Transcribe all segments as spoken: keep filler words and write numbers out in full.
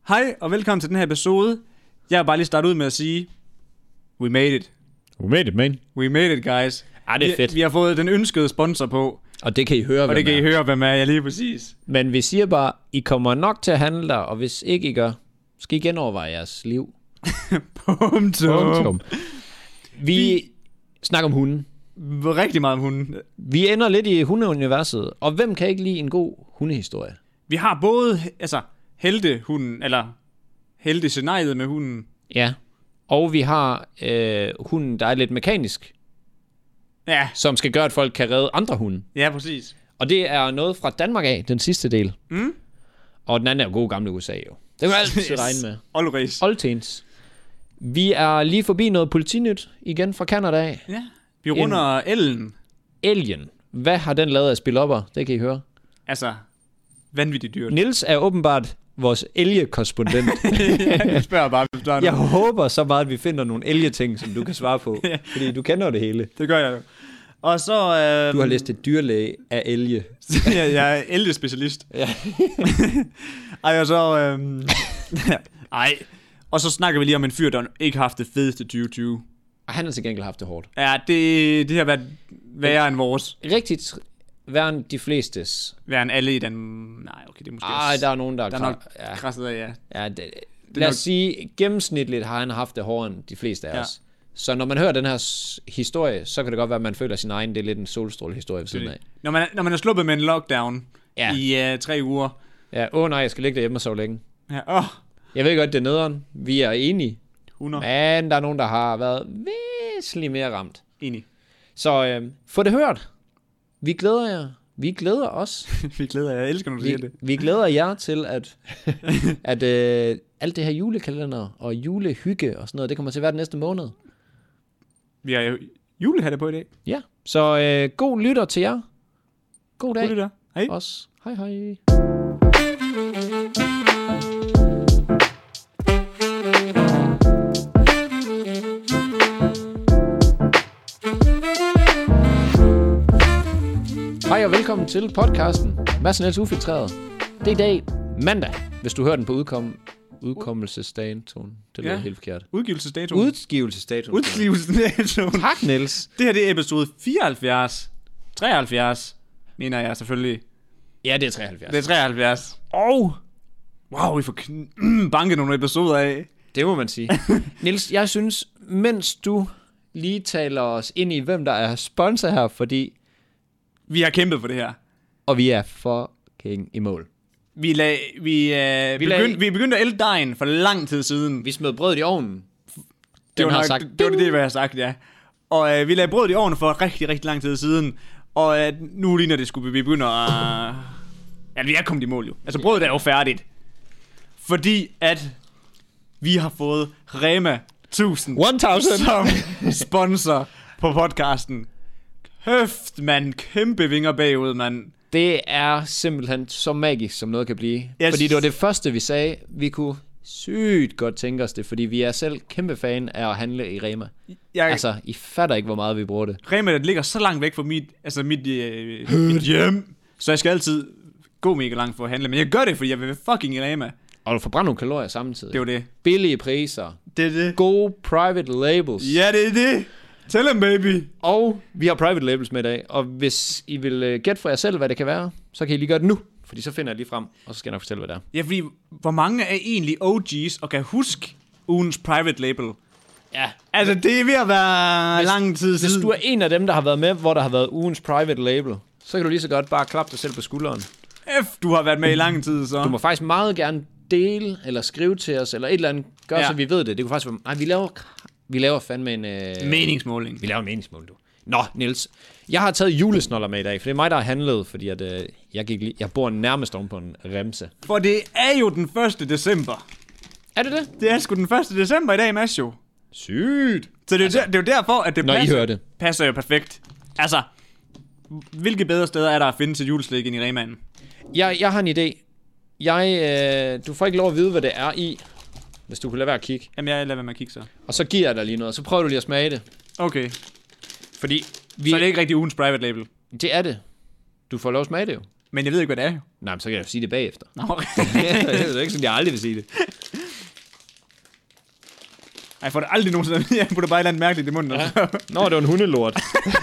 Hej og velkommen til den her episode. Jeg vil bare lige starte ud med at sige, we made it. We made it, man. We made it, guys. Ah, det er vi, fedt. Vi har fået den ønskede sponsor på. Og det kan I høre, Og hvem det kan er. I høre, hvem er jeg lige præcis. Men vi siger bare, I kommer nok til at handle der, og hvis ikke I gør, skal I genoverveje jeres liv. Punktum. Punktum. Vi, vi snakker om hunden. Rigtig meget om hunden. Vi ender lidt i hundeuniverset, og hvem kan ikke lide en god hundehistorie? Vi har både, altså, heltehunden, eller heltescenariet med hunden. Ja. Og vi har øh, hunden, der er lidt mekanisk, Ja, som skal gøre, at folk kan redde andre hunde. ja, præcis. Og det er noget fra Danmark af, den sidste del. Mm. Og den anden er jo god gamle U S A jo. Det kan man altid regne med. Always. Oldtens. Vi er lige forbi noget politinyt igen fra Canada af. Ja, vi runder Ellen. Alien. Hvad har den lavet af spilopper? Det kan I høre. Altså, vanvittigt dyrt. Niels er åbenbart vores elgekorrespondent. Ja, jeg spørger bare, hvis du har Jeg noget. håber så meget, at vi finder nogle elgeting, som du kan svare på. Fordi du kender det hele. Det gør jeg jo. Og så... Øh, Du har læst et dyrlæge af elge. jeg, jeg er elgespecialist. Ja. Ej, og så... Øhm, ej. Og så snakker vi lige om en fyr, der ikke har haft det fedeste tyve tyve. Og han har til gengæld haft det hårdt. Ja, det, det har været værre end vores. Rigtigt værre end de flestes. Værre end alle i den... Nej, okay, det er måske... Ej, der er nogen, der er, der er nok ja. krasset af, ja. Ja, det, er lad os nok- sige, gennemsnitligt har han haft det hårdere end de fleste af Ja. os. Så når man hører den her s- historie, så kan det godt være, at man føler sin egen. Det er lidt en solstrålehistorie ved siden af. Når man, når man er sluppet med en lockdown Ja. i uh, tre uger. Ja, åh nej, jeg skal ligge derhjemme og sove længe. Ja, åh, Jeg ved godt, det er nederen. Vi er enige. hundrede. Men der er nogen, der har været væsentligt mere ramt. Enig. Så øh, få det hørt. Vi glæder jer. Vi glæder os. Vi glæder jer. Jeg elsker, når du siger Vi, det. vi glæder jer til, at, at øh, alt det her julekalender og julehygge og sådan noget, det kommer til at være den næste måned. Vi har jo julehatte på i dag. Ja, så øh, god lytter til jer. God dag. God lytter. Hej. Os. Hej hej. Hej og velkommen til podcasten Mads Niels Ufiltreret. Det er i dag mandag, hvis du hører den på udkom udkommelsesdagen. Det lyder Ja. helt forkert. Udgivelsesdatoen. Udgivelsesdatoen. Udgivelsesdatoen. Tak, Niels. Det her det er episode fireoghalvfjerds. treoghalvfjerds, mener jeg selvfølgelig. Ja, det er treoghalvfjerds. Det er treoghalvfjerds. Og Wow, vi får kn- banket nogle episoder af. det må man sige. Niels, jeg synes, mens du lige taler os ind i, hvem der er sponsor her, fordi... Vi har kæmpet for det her. Og vi er fucking i mål. Vi, lag, vi, øh, Vi vi, lag- begyndte, vi begyndte at ælde dejen for lang tid siden. Vi smed brødet i ovnen. det Den var har nok, sagt, det, det var det, hvad jeg har sagt, ja. Og øh, vi lagde brødet i ovnen for rigtig, rigtig lang tid siden. Og øh, nu ligner det skulle vi begynder at... Ja, vi er kommet i mål jo. Altså brødet er jo færdigt. Fordi at vi har fået Rema tusind tusind som sponsor på podcasten. Høft, mand. Kæmpe vinger bagud, mand. Det er simpelthen så magisk, som noget kan blive. Yes. Fordi det var det første, vi sagde. Vi kunne sygt godt tænke os det, fordi vi er selv kæmpe fan af at handle i Rema. Jeg, Altså, I fatter ikke, hvor meget vi bruger det. Rema, det ligger så langt væk fra mit, altså mit, øh, mit hjem, så jeg skal altid gå mega langt for at handle. Men jeg gør det, fordi jeg vil fucking i Rema. Og du forbrænder nogle kalorier samtidig. Det er jo det. Billige priser. Det er det. Gode private labels. Ja, det er det. Tell them, baby. Og vi har private labels med i dag. Og hvis I vil uh, gætte for jer selv, hvad det kan være, så kan I lige gøre det nu. Fordi så finder jeg lige frem, og så skal jeg nok fortælle, hvad det er. Ja, fordi hvor mange er egentlig O G's og kan huske ugens private label? Ja. Altså, det er ved at være Hvis- lang tid Hvis siden. du er en af dem, der har været med, hvor der har været ugens private label, så kan du lige så godt bare klappe dig selv på skulderen. F, du har været med i lang tid, så. Du må faktisk meget gerne dele, eller skrive til os, eller et eller andet. Gør, Ja. ja. så vi ved det. Det kunne faktisk være... Nej, vi laver, vi laver fandme en... Øh... Meningsmåling. Vi laver en meningsmål, du. Nå, Niels. Jeg har taget julesnoller med i dag, for det er mig, der har handlet, fordi at, øh, jeg, gik lige, jeg bor nærmest oven på en remse. For det er jo den første december. Er det det? Det er sgu den første december i dag, Mads, jo. Sygt. Så det er, altså, der, det er jo derfor, at det Når I passer, hører det. passer jo perfekt. Altså, hvilke bedre steder er der at finde til juleslik end i Remaen? Jeg, jeg har en idé. Jeg, øh, du får ikke lov at vide, hvad det er i, hvis du kunne lade være at kigge. Jamen, jeg lader være med at kigge så. Og så giver jeg dig lige noget, så prøver du lige at smage det. Okay. Fordi Vi... Så er det ikke rigtig ugens private label. det er det. Du får lov at smage det jo. Men jeg ved ikke, hvad det er jo. Nej, men så kan jeg jo sige det bagefter. Nå, okay. Det er jo ikke sådan, jeg aldrig vil sige det. Jeg får det aldrig nogensinde. Jeg putter bare et eller andet mærkeligt i munden. Ja. Nå, det var en hundelort.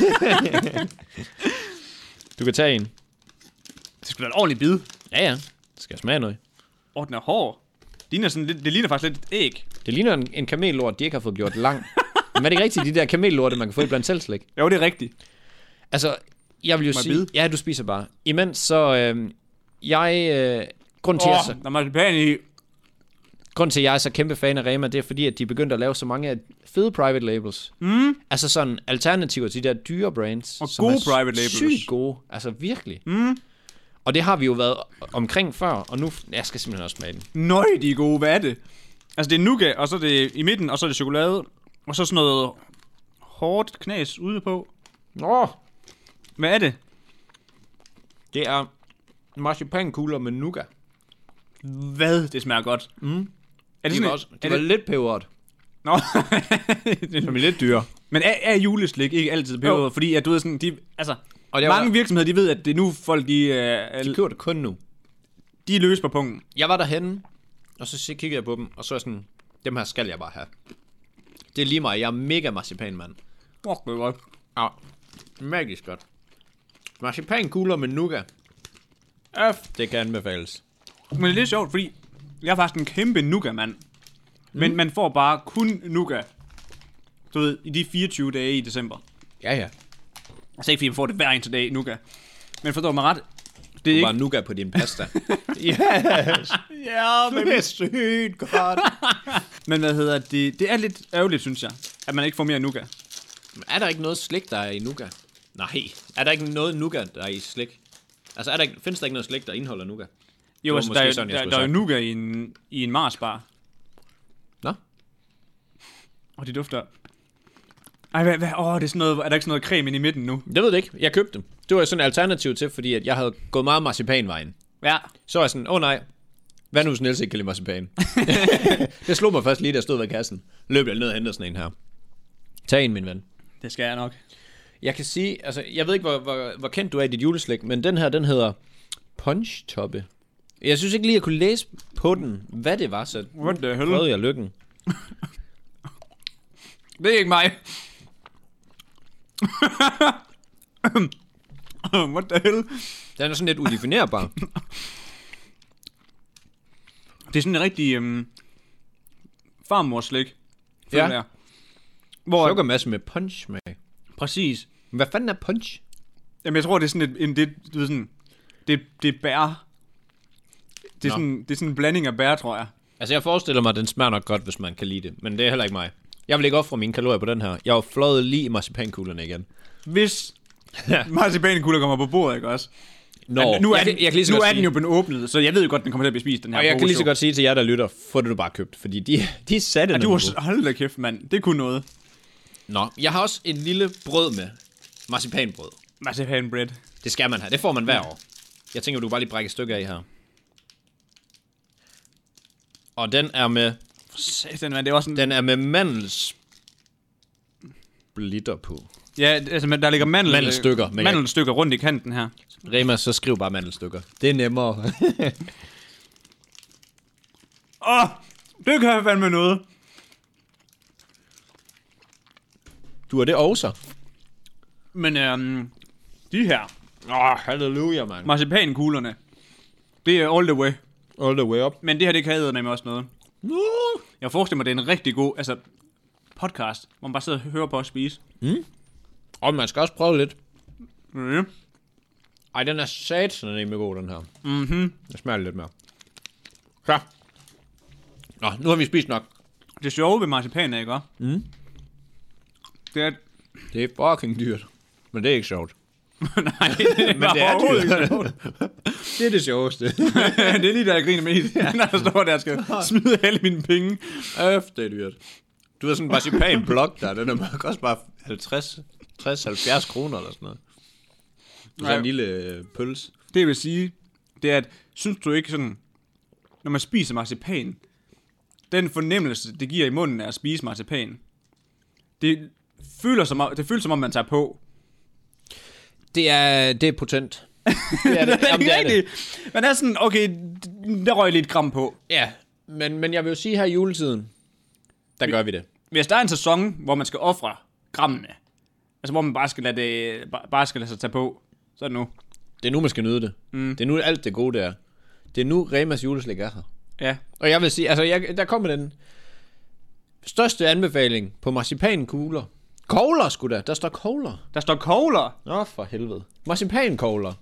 Du kan tage en. Det skulle da et ordentligt bid. Ja, ja. Det skal smage noget. Åh, oh, den er hård. Det ligner, sådan lidt, det ligner faktisk lidt et æg. Det ligner en, en kamellort, de ikke har fået gjort lang. Men er det ikke rigtigt, de der kamellorte, man kan få i blandt selvslik? Jo, det er rigtigt. Altså, jeg vil jo Må jeg sige... bide? Ja, du spiser bare. Imens så... Øh, jeg... Øh, grund til, Åh, jeg oh, så, der er marcipan i. grund til, at jeg er så kæmpe fan af Rema, det er fordi, at de begyndte at lave så mange fede private labels. Mm. Altså sådan alternativer til de der dyre brands. Og som gode er private labels. Sygt gode. Altså virkelig. Mm. Og det har vi jo været omkring før, og nu... Jeg skal simpelthen også smage den. Nøj, de er gode. Hvad er det? Altså, det er nougat, og så er det i midten, og så er det chokolade. Og så sådan noget hårdt knas ude på. Åh! Hvad er det? Det er marcipankugler med nougat. Hvad? Det smager godt. Mm. Er det De sådan, var, også, de er var det... lidt peberet. Nå. Som er lidt dyre. Men er, er juleslik ikke altid peberet? Fordi at du ved sådan, de, altså, Og det mange var, virksomheder, de ved, at det er nu folk, de, uh, de køber det kun nu. de er løs på punkten. Jeg var derhenne, og så kiggede jeg på dem, og så er sådan, dem her skal jeg bare have. Det er lige mig, jeg er mega marcipanmand. Fuck, det er godt. Ja, magisk godt. Marcipankugler med nougat. Øf, det kan anbefales. Men det er lidt sjovt, fordi jeg er faktisk en kæmpe nougat-mand. Men mm. man får bare kun nougat. Du ved, i de fireogtyve dage i december. Ja, ja. Altså ikke fordi man får det hver eneste dag nougat. Men forstår mig ret. Det er Du ikke... bare nougat på din pasta. Yes! Ja, men... Det er sygt godt. Men hvad hedder det? Det er lidt ærgerligt, synes jeg, at man ikke får mere nougat. Er der ikke noget slik, der er i nougat? Nej. Er der ikke noget nougat, der er i slik? Altså, er der ikke, findes der ikke noget slik, der indeholder nougat? Jo, altså, der, er, sådan, der, der er jo nougat i en, i en Mars-bar. Nå? Og de dufter... Ej, hvad, hvad? Åh, det er sådan noget... Er der ikke sådan noget creme inde i midten nu? Jeg ved det ikke. Jeg købte dem. Det var sådan et alternativ til, fordi at jeg havde gået meget marcipanvejen. Ja. Så var jeg sådan, åh oh, nej. Hvad nu, hvis Niels ikke kan lide marcipan? Det slog mig først lige, da jeg stod ved kassen. Løb jeg ned og hentede sådan en her. Tag en, min ven. Det skal jeg nok. Jeg kan sige, altså, jeg ved ikke, hvor, hvor, hvor kendt du er i dit juleslik, men den her, den hedder Punch Toppe. Jeg synes ikke lige, jeg kunne læse på den, hvad det var, så What the hell? prøvede jeg lykken. Det er ikke mig. What the hell? Den er sådan lidt udefinerbar. Det er sådan en rigtig øhm, farmorslik. Ja. Der. Hvor... Sukkermasse med punch med. Præcis. Hvad fanden er punch? Jamen, jeg tror, det er sådan et... En, det, du ved sådan... Det, det er bær. Det er, sådan, det er sådan en blanding af bær, tror jeg. Altså, jeg forestiller mig, at den smager nok godt, hvis man kan lide det. Men det er heller ikke mig. Jeg vil ikke ofre mine kalorier på den her. Jeg var fløjet lige i marcipankuglerne igen. Hvis marcipankugler kommer på bordet, ikke også? Nå, nu er, jeg, den, jeg kan lige så nu godt er sige, den jo blevet åbnet, så jeg ved jo godt, den kommer til at blive spist, den her. og jeg kan lige så Bogo godt sige til jer, der lytter, få det du bare købt. Fordi de, de satte Ja, den. du har hold da kæft, mand. Det kunne noget. Nå, jeg har også en lille brød med. Marcipanbrød. Marcipanbread. Det skal man have. Det får man hver år. Jeg tænker, du kan bare lige brække et stykke af her. Og den er med... Satan, man, det er også en... Den er med mandelsplitter på. Ja, altså, men der ligger mandel... Mandelstykker, men jeg- Mandelstykker rundt i kanten her. Rema, så skriv bare mandelstykker. Det er nemmere. Åh, oh, det kan jeg fandme noget. Du er det også. Men øhm, de her Åh, oh, halleluja, mand. marcipankuglerne, det er all the way. All the way up. Men det her, det kan eddermame også noget. Jeg forestiller mig, det er en rigtig god altså, podcast, hvor man bare sidder og hører på at spise. Og man skal også prøve lidt. Mm. Ej, den er satan nemlig god, den her. Mhm. Jeg smager lidt mere. Så. Nå, nu har vi spist nok. Det sjove ved marcipan er, ikke også? Mm. Det er, at... Det er fucking dyrt. Men det er ikke sjovt. Nej, det, Men det er overhovedet dyrt. ikke sjovt. Det er det sjoveste. Det er lige der, jeg griner mest, når jeg står der og skal smide alle mine penge. Øf, det er dyrt. Du har sådan en marcipan-blok der. Den er nok også bare halvtreds, tres, halvfjerds kroner eller sådan noget. Så Nej. en lille øh, pølse. Det jeg vil sige, det er, at synes du ikke sådan, når man spiser marcipan, den fornemmelse, det giver i munden af at spise marcipan, det føler som om, det føles som om, man tager på. Det er, det er potent. Det er det. Jamen, det er det. Man er sådan, okay, der røg lidt gram på. Ja, men, men jeg vil jo sige her i juletiden, der gør vi det. hvis der er en sæson, hvor man skal ofre grammene, altså hvor man bare skal lade, det, bare skal lade sig tage på, så er det nu. Det er nu, man skal nyde det. Mm. Det er nu alt det gode, der er. Det er nu, Remas juleslik er her. Ja. Og jeg vil sige, altså, jeg, der kommer den største anbefaling på marcipankugler. Kogler, sgu da. Der står kogler. Der står kogler. Nå, for helvede. Marcipankogler.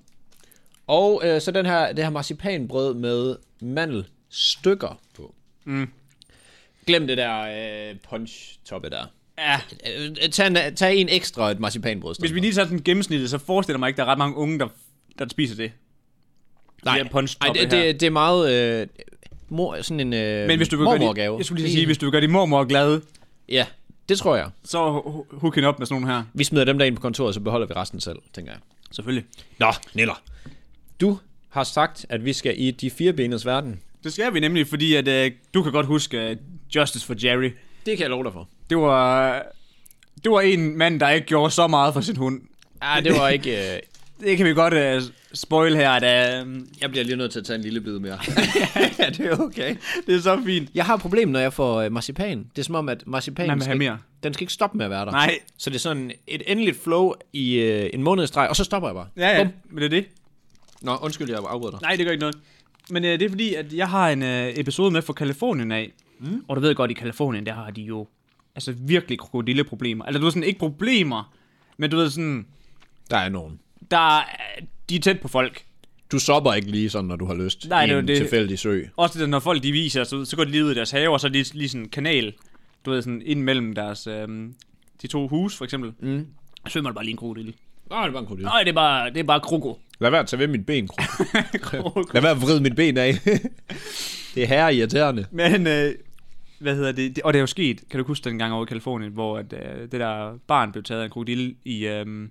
Og øh, så den her, det her marcipanbrød med mandelstykker på. Mm. Glem det der øh, punch-toppe der. Ja. Tag en, tag en ekstra et marcipanbrød. Hvis vi lige tager den gennemsnittet, så forestiller mig ikke, der er ret mange unge, der, der spiser det. Nej, Nej det, det, det er meget øh, mor, sådan en øh, Men hvis du vil mormorgave. Jeg skulle lige sige, hvis du vil gøre din mormor glad. Ja, det tror jeg. Så hook hende op med sådan nogle her. Vi smider dem der ind på kontoret, så beholder vi resten selv, tænker jeg. Selvfølgelig. Nå, Niller. Du har sagt, at vi skal i de firebenede verden. Det skal vi nemlig, fordi at, øh, du kan godt huske uh, Justice for Jerry. Det kan jeg love dig for. Det var, det var en mand, der ikke gjorde så meget for sin hund. Ah, det var ikke... Øh... Det kan vi godt uh, spoil her, at... Uh... Jeg bliver lige nødt til at tage en lille bid mere. Ja, det er okay. Det er så fint. Jeg har et problem, når jeg får uh, marcipan. Det er som om, at marcipanen skal, mere. Den skal ikke stoppe med at være der. Nej. Så det er sådan et endeligt flow i uh, en måned streg, og så stopper jeg bare. Ja, ja. Bum. Men det er det. Nå, undskyld, jeg afbryder dig. Nej, det gør ikke noget. Men uh, det er fordi, at jeg har en uh, episode med fra Kalifornien af. Mm. Og du ved godt, i Kalifornien, der har de jo altså virkelig krokodilleproblemer. Altså, du ved sådan, ikke problemer, men du ved sådan... Der er nogen. Der, de er tæt på folk. Du sopper ikke lige sådan, når du har lyst. Nej, i det er en det. Tilfældig sø. Også det, når folk de viser, så, så går de lige ud i deres have, og så er det lige sådan en kanal, du ved, sådan ind mellem deres, øhm, de to hus, for eksempel. Mm. Så svømmer der bare lige en krokodille. Nej, det er bare en krokodille. Nej, det er bare, det er bare kroko. Lad være at tage ved mit ben, kroko. Lad være at vride mit ben af. Det er herre irriterende. Men, øh, hvad hedder det? det? Og det er jo sket, kan du huske den gang over i Kalifornien, hvor at, øh, det der barn blev taget af en krokodille i, øh,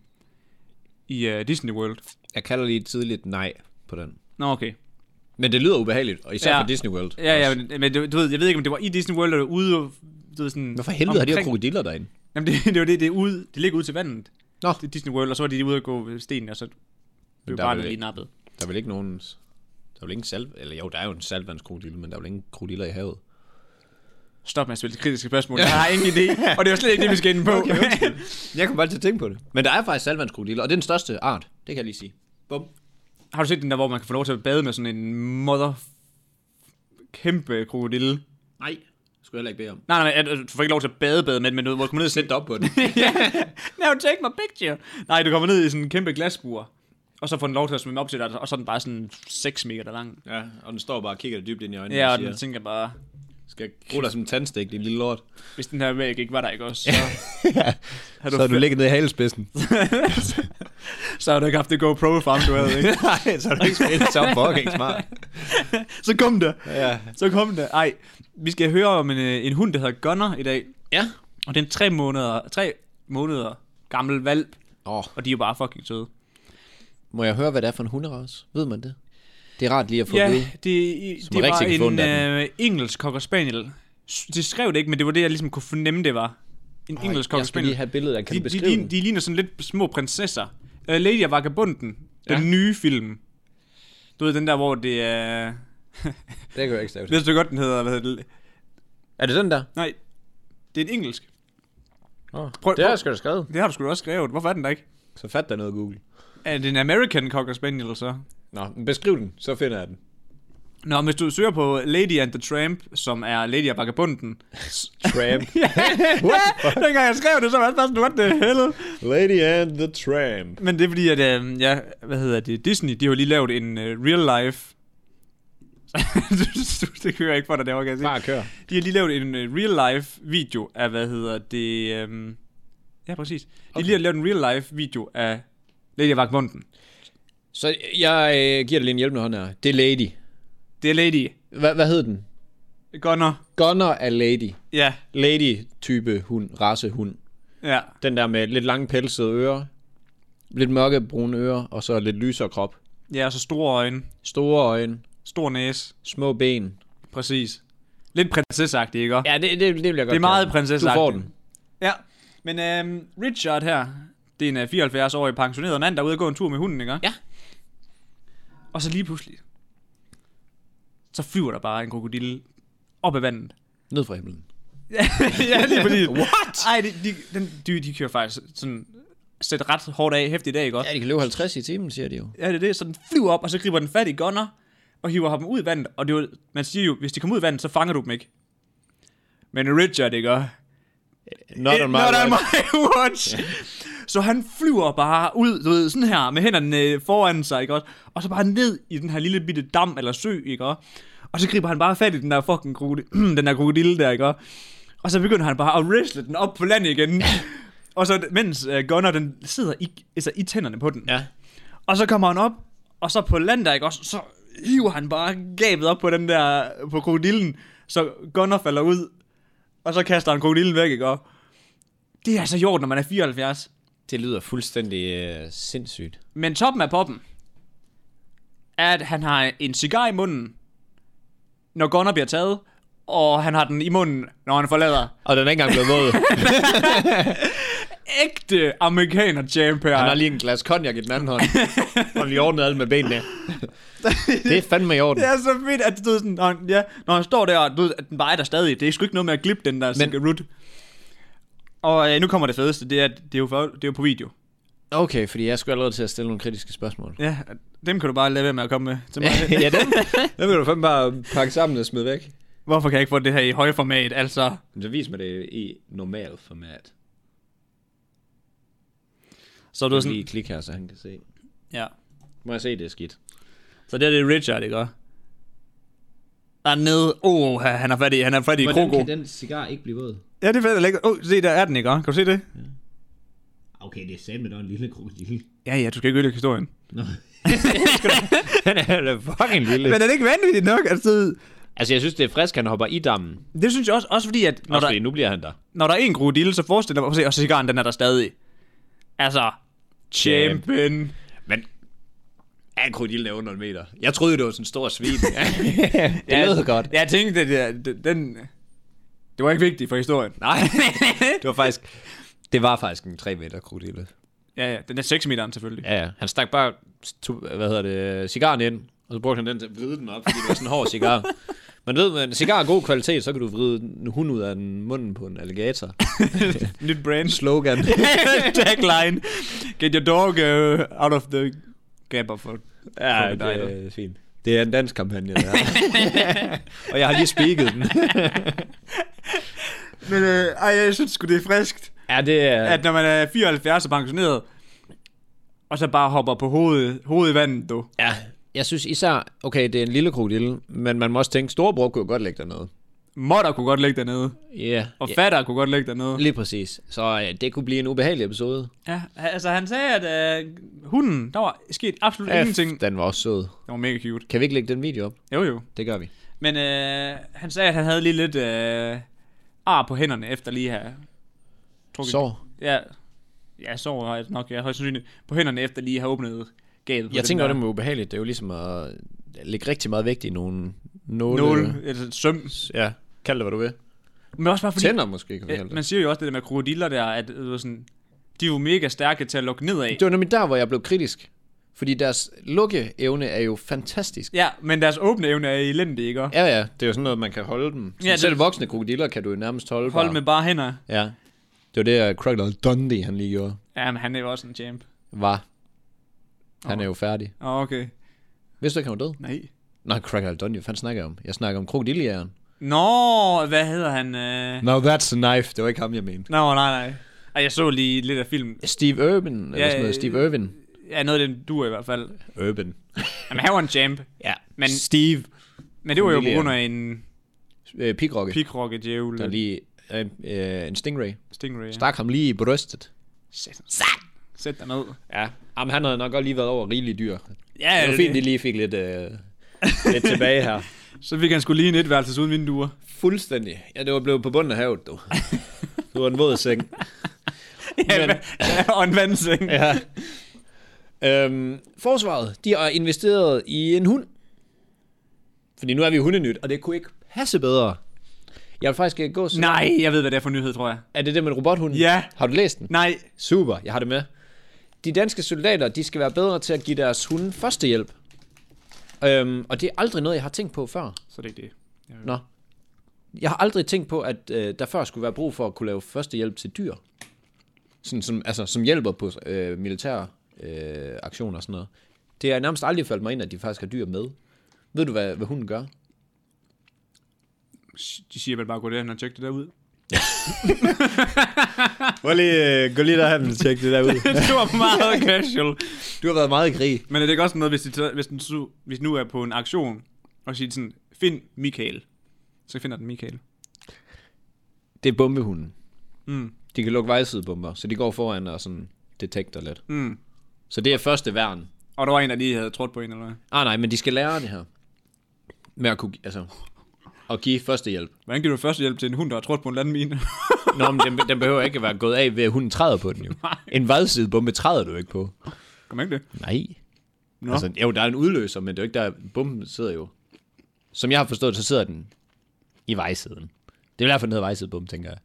i øh, Disney World. Jeg kalder lige tidligt nej på den. Nå, okay. Men det lyder ubehageligt, og især ja. for Disney World. Ja, ja, men, men du, du ved, jeg ved ikke, om det var i Disney World eller ude, du ved sådan... Hvorfor helvede omkring... har de her krokodiller derinde? Jamen, det, det er jo det, det er ude, det ligger ud til vandet. Nå. Det er Disney World, og så var de ude at gå ved stenen, og så blev barnet lige nappet. Der er vel ikke nogen... Der er vel ingen salt... Eller jo, der er jo en saltvandskrokodille, men der er vel ingen krokodiller i havet. Stop med at stille kritiske spørgsmål. Jeg har ingen idé, og det er jo slet ikke det, vi skal ind på. Okay, okay. Jeg kommer bare til at tænke på det. Men der er faktisk saltvandskrokodiller, og det er den største art. Det kan jeg lige sige. Bum. Har du set den der, hvor man kan få lov til at bade med sådan en mother... kæmpe krokodille? Nej, det skulle jeg heller ikke bede om. Nej, nej, nej, du får ikke lov til at bade bade med den, men du kommer ned og sætte op på den. Now take my picture. Nej, du kommer ned i sådan en kæmpe glasbur, og så får den lov til at svømme op til dig, og så er den bare sådan seks meter lang. Ja, og den står bare og kigger dybt ind i øjnene. Ja, og den tænker bare... Skal jeg bruge dig som en tandstik, din lille lort? Hvis den her væg ikke var der, ikke også? Så ja. har du, så har du ligget nede i halespidsen. Så har du ikke haft det GoPro frem, du havde, ikke? Nej, så har du ikke spillet så fucking smart. Så kom det. Ja. Så kom det. Ej, vi skal høre om en, en hund, der hedder Gunner i dag. Ja. Og det er en tre måneder, tre måneder gammel valp. Oh. Og de er jo bare fucking søde. Må jeg høre, hvad det er for en hunderace? Ved man det? Det er rart lige at få ja, ved. Ja, det, det var en øh, engelsk cocker spaniel. Det skrev det ikke, men det var det, jeg ligesom kunne fornemme, det var. En oh, engelsk cocker spaniel. Jeg skal lige have billedet, jeg kan de, du beskrive de, de, de ligner sådan lidt små prinsesser. Uh, Lady og Vagabunden, den ja. nye film. Du ved, den der, hvor det er... det kan jeg ikke stave. Ved du godt, den hedder, hvad hedder det? Er det den der? Nej, det er en engelsk. Oh, prøv, det har jeg sgu da skrevet. Det har du sgu da også skrevet. Hvorfor er den der ikke? Så fat der noget Google. Er det en American cocker spaniel, så? Nå, beskriv den, så finder jeg den. Nå, hvis du søger på Lady and the Tramp, som er Lady og Vagabunden. Tramp? Ja, dengang jeg skrev det, så var det faktisk, what the hell? Lady and the Tramp. Men det er fordi, at, øh, ja, hvad hedder det, Disney, de har jo lige lavet en uh, real life... det kører jeg ikke for dig derovre, kan jeg sige. Bare kør. De har lige lavet en uh, real life video af, hvad hedder det... Um... Ja, præcis. De okay. har lige lavet en real life video af Lady og Vagabunden. Så jeg øh, giver dig lige en hjælpende hånd her. Det er Lady. Det er Lady. Hva, hvad hed den? Gunner. Gunner er Lady. Ja. Lady-type hund, racehund. Ja. Den der med lidt lange pelsede ører, lidt mørkebrune ører, og så lidt lysere krop. Ja, og så store øjne. Store øjne. Stor næse. Små ben. Præcis. Lidt prinsessagtigt, ikke? Ja, det, det, det vil jeg godt. Det er meget prinsessagtigt. Du får den. Ja. Men øhm, Richard her, det er en fireoghalvfjerds-årig pensioneret mand, der er ude at gå en tur med hunden, ikke? Ja. Og så lige pludselig, så flyver der bare en krokodille op ad vandet. Ned fra himlen. Ja, lige præcis. What? Ej, de, de, den, de, de kører faktisk sådan sæt ret hårdt af, hæftigt af, ikke også? Ja, de kan løbe halvtreds i timen, siger de jo. Ja, det er det. Så den flyver op, og så griber den fat i Gunner, og hiver ham ud i vandet. Og det er jo, man siger jo, hvis de kommer ud i vandet, så fanger du dem ikke. Men Richard, ikke også? Not on my, Not watch. on my watch. Så han flyver bare ud, du ved, sådan her, med hænderne foran sig, ikke også? Og så bare ned i den her lille bitte dam eller sø, ikke også? Og så griber han bare fat i den der fucking krokodil, den der krokodille der, ikke også? Og så begynder han bare at wrestle den op på land igen. Og så mens uh, Gunner, den sidder i, altså, i tænderne på den. Ja. Og så kommer han op, og så på land der, ikke også? Så hiver han bare gabet op på den der, på krokodillen, så Gunner falder ud. Og så kaster han krokodillen væk, ikke også? Det er altså jorden, når man er fireoghalvfjerds. Det lyder fuldstændig øh, sindssygt. Men toppen af poppen er, at han har en cigar i munden, når Gunner bliver taget, og han har den i munden, når han forlader. Og den er ikke engang blevet våd. Ægte amerikaner champ her. Han har lige en glas cognac i den anden hånd. Og lige ordnet alt med benene. Det er fandme i orden. Det er så fedt, at du ved, sådan, når, han, ja, når han står der, og du ved, at den bare er der stadig. Det er sgu ikke noget med at glippe den der cigarette. Og øh, nu kommer det fedeste, det er, det er, jo, for, det er jo på video. Okay, fordi jeg skulle allerede til at stille nogle kritiske spørgsmål. Ja, dem kan du bare lade være med at komme med til mig. Ja, dem, dem vil du fandme bare pakke sammen og smide væk. Hvorfor kan jeg ikke få det her i høje format, altså? Så vis mig det i normal format. Så du Du sådan... lige klik her, så han kan se. Ja. Må jeg se, det er skidt. Så det er det Richard, ikke også? Der er nede. Åh, oh, han har fat i, han har fat i kroko. Hvordan kan den cigar ikke blive våd? Ja, det er fedt at lægge. Åh, oh, se, der er den, ikke også? Kan du se det? Ja. Okay, det er sandt med, der er en lille krokodil. Ja, ja, du skal ikke ødelægge historien. Nå. Den er da fucking lille. Men er det ikke vanvittigt nok? Altså, Altså, jeg synes, det er frisk, han hopper i dammen. det synes jeg også, også fordi, at når, Også der, fordi, nu bliver han der. når der er en krokodille, så forestiller jeg mig, og cigaren, den er der stadig. Altså, champion. Men ja, en krokodil er under en meter. Jeg troede, det var sådan en stor svin. Det Ja, lød godt. Jeg tænkte, at det, den, det var ikke vigtigt for historien. Nej, det var faktisk, det var faktisk en tre meter krokodille. Ja, ja, den er seks meter selvfølgelig. Ja, ja. Han stak bare, to, hvad hedder det, cigaren ind, og så brugte han den til at vride den op, fordi det var sådan en hård cigar. Man ved, med en cigar af god kvalitet, så kan du vride en hund ud af den munden på en alligator. Nyt brand. Slogan. Tagline. Get your dog uh, out of the gap of a Ja, det er fint. Det er en dansk kampagne, der. Og jeg har lige speaket den. Men øh, ej, jeg synes sgu, det er friskt, Ja, det er... at når man er fireoghalvfjerds og pensioneret, og så bare hopper på hovedet, hovedet i vandet, du. Ja, jeg synes især, okay, det er en lille krokodille, men man må også tænke, storebror kunne jo godt lægge dernede. Modder kunne godt ligge dernede, Ja. Yeah, og yeah. fatter kunne godt ligge dernede. Lige præcis. Så øh, det kunne blive en ubehagelig episode. Ja, altså han sagde, at øh, hunden, der var sket absolut Ja, ingenting. den var også sød. Det var mega cute. Kan vi ikke lægge den video op? Jo, jo. Det gør vi. Men øh, han sagde, at han havde lige lidt øh, ar på hænderne, efter lige at have trukket... Så. Ja, ja, sår har jeg nok, ja, højst sandsynligt. På hænderne, efter lige at have åbnet gabet. Jeg tænker, at det var ubehageligt. Det er jo ligesom at lægge rigtig meget vægt i nogle nåle. Nål, eller søm. Ja, kald det, hvad du vil. Men også bare fordi... Tænder måske, kan vi Ja, kalde det. man siger jo også det der med krokodiller der, at det var sådan, de er jo mega stærke til at lukke nedad. Det var nemlig der, hvor jeg blev kritisk. Fordi deres lukkeevne er jo fantastisk. Ja, men deres åbne evne er elendig, ikke? Ja, ja. Det er jo sådan noget, man kan holde dem. Så Ja, ja, det- selv voksne krokodiller kan du jo nærmest holde. Hold bare. med bare hænder. Ja. Det var det, uh, Crocodile Dundee, han lige gjorde. Ja, men han er jo også en champ. Var. Han Åh. er jo færdig. Åh, oh, okay. Vidste du ikke, han var død? Nej. Nej, Crocodile Dundee, hvad fanden snakker jeg om? Jeg snakker om krokodillejægeren. Nå, hvad hedder han? Øh... No, that's a knife. Det var ikke ham, jeg mente. Nå, nej, nej. Ej, jeg så lige lidt af filmen. Steve Irwin, eller Ja, sådan noget. Steve Irwin. Ja, noget af den duer i hvert fald. Irwin. Jamen, han var en champ. Ja, Men- men Steve. Men det var jo på Familie. grund af en Øh, Pigrokke. pikrokke djævel. Der lige øh, øh, en stingray. Stingray. Ja. Stak ham lige i brystet. Sæt, Sæt dig ned. Ja. Jamen, han havde nok godt lige været over rigelige dyr. Ja, Det var fint, de lige fik lidt, øh, lidt tilbage her. Så fik han skulle lige en etværelses uden vinduer. Fuldstændig. Ja, det var blevet på bunden af havet, du. Det var en våd seng. Ja, Men- ja, og en vandseng. Ja. Øhm, forsvaret, de har investeret i en hund. Fordi nu er vi jo hundenyt, og det kunne ikke passe bedre. Jeg vil faktisk ikke gå så langt. Nej, jeg ved, hvad det er for nyhed, tror jeg. Er det det med robothunden? Ja. Har du læst den? Nej. Super, jeg har det med. De danske soldater, de skal være bedre til at give deres hunde førstehjælp. Øhm, og det er aldrig noget, jeg har tænkt på før. Så det er ikke det. Nå. Jeg har aldrig tænkt på, at øh, der før skulle være brug for at kunne lave førstehjælp til dyr. Sådan, som, altså, som hjælper på øh, militære øh, aktioner og sådan noget. Det er nærmest aldrig faldet mig ind, at de faktisk har dyr med. Ved du, hvad, hvad hunden gør? De siger vel bare, gå derhen og tjek det derud. Gå lige, øh, gå lige derhen og tjek det derud. Det var meget casual. Du har været meget i krig. Men er det ikke også noget, hvis, de, hvis, den, hvis nu er på en aktion, og siger sådan, find Michael, så finder den Michael. Det er bombehunden. Mm. De kan lukke vejsidebomber, så de går foran og sådan detekter lidt. Mm. Så det er første værn. Og der var en, der lige havde trådt på en, eller hvad? Ah nej, men de skal lære det her. Med at kunne, altså, at give førstehjælp. Hvordan giver du førstehjælp til en hund, der har trådt på en landmine? Nå, men den, den behøver ikke at være gået af ved, at hunden træder på den jo. Nej. En vejsidebombe træder du ikke på. Kan man ikke det? Nej. Nå. Altså, jo, der er en udløser, men det er jo ikke der, bomben sidder jo. Som jeg har forstået, så sidder den i vejsiden. Det er derfor, den hedder vejsidebombe, tænker jeg.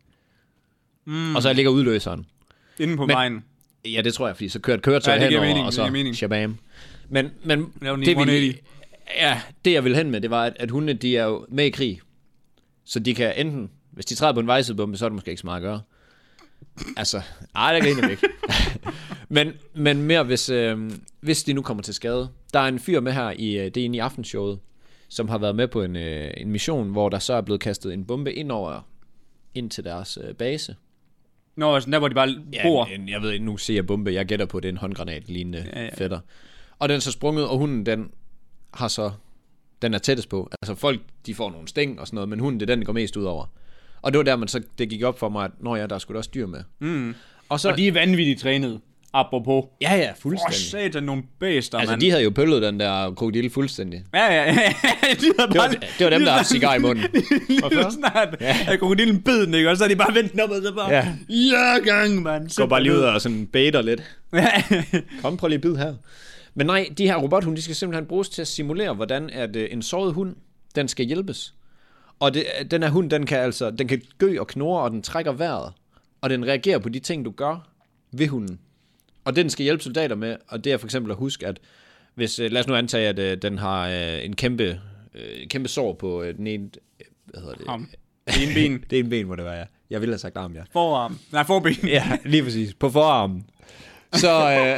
Mm. Og så ligger udløseren. Inden på Men- vejen. Ja, det tror jeg, fordi så kører et køretøj Ja, det giver henover, mening, og det giver så mening. shabam. Men, men Lav en det, et vi, hundrede otte. ja, det jeg vil hen med, det var, at, at hunde, de er jo med i krig. Så de kan enten, hvis de træder på en vejsidebombe, så er det måske ikke så meget at gøre. Altså, ej, der griner vi ikke. men, men mere, hvis, øh, hvis de nu kommer til skade. Der er en fyr med her, i, det er inde i aftenshowet, som har været med på en, øh, en mission, hvor der så er blevet kastet en bombe ind over, ind til deres øh, base. Nå, altså der, hvor de bare bor. Ja, en, jeg ved ikke, nu siger jeg bombe, jeg gætter på, det er en håndgranat lignende Ja, ja. fætter. Og den er så sprunget, og hunden, den har så, den er tættest på. Altså folk, de får nogle sting og sådan noget, men hunden, det er den, der går mest ud over. Og det var der, man så, det gik op for mig, at nå ja, der er sgu da også dyr med. Mm. Og så, Og de er vanvittigt trænet. Apropos. ja ja, Åh, fuldstændig. satan, nogle bæster, Altså, mand. de havde jo pøllet den der krokodille fuldstændig. Ja, ja, ja. De havde Det var, bare... det var dem, der har cigar i munden. Lige snart, at krokodillen bed den, ikke? Og så er de bare vendt op, og så bare... Ja. Ja, gang, mand. Går bare lige ud og sådan baiter lidt. Ja. Kom, prøv lige at bide her. Men nej, de her robothunde, de skal simpelthen bruges til at simulere, hvordan at øh, en såret hund, den skal hjælpes. Og det, den her hund, den kan altså, den kan gø og knurre, og den trækker vejret. Og den reagerer på de ting, du gør ved hunden. Og det, den skal hjælpe soldater med, og det er for eksempel at huske, at hvis, øh, lad os nu antage, at øh, den har øh, en kæmpe, øh, kæmpe sår på øh, den ene, øh, hvad hedder det? Arm. Det er en ben. Det er en ben, hvor det var, ja. Jeg ville have sagt arm, ja. Forarm. Nej, forben. Ja, lige præcis. På forarmen. Så, øh,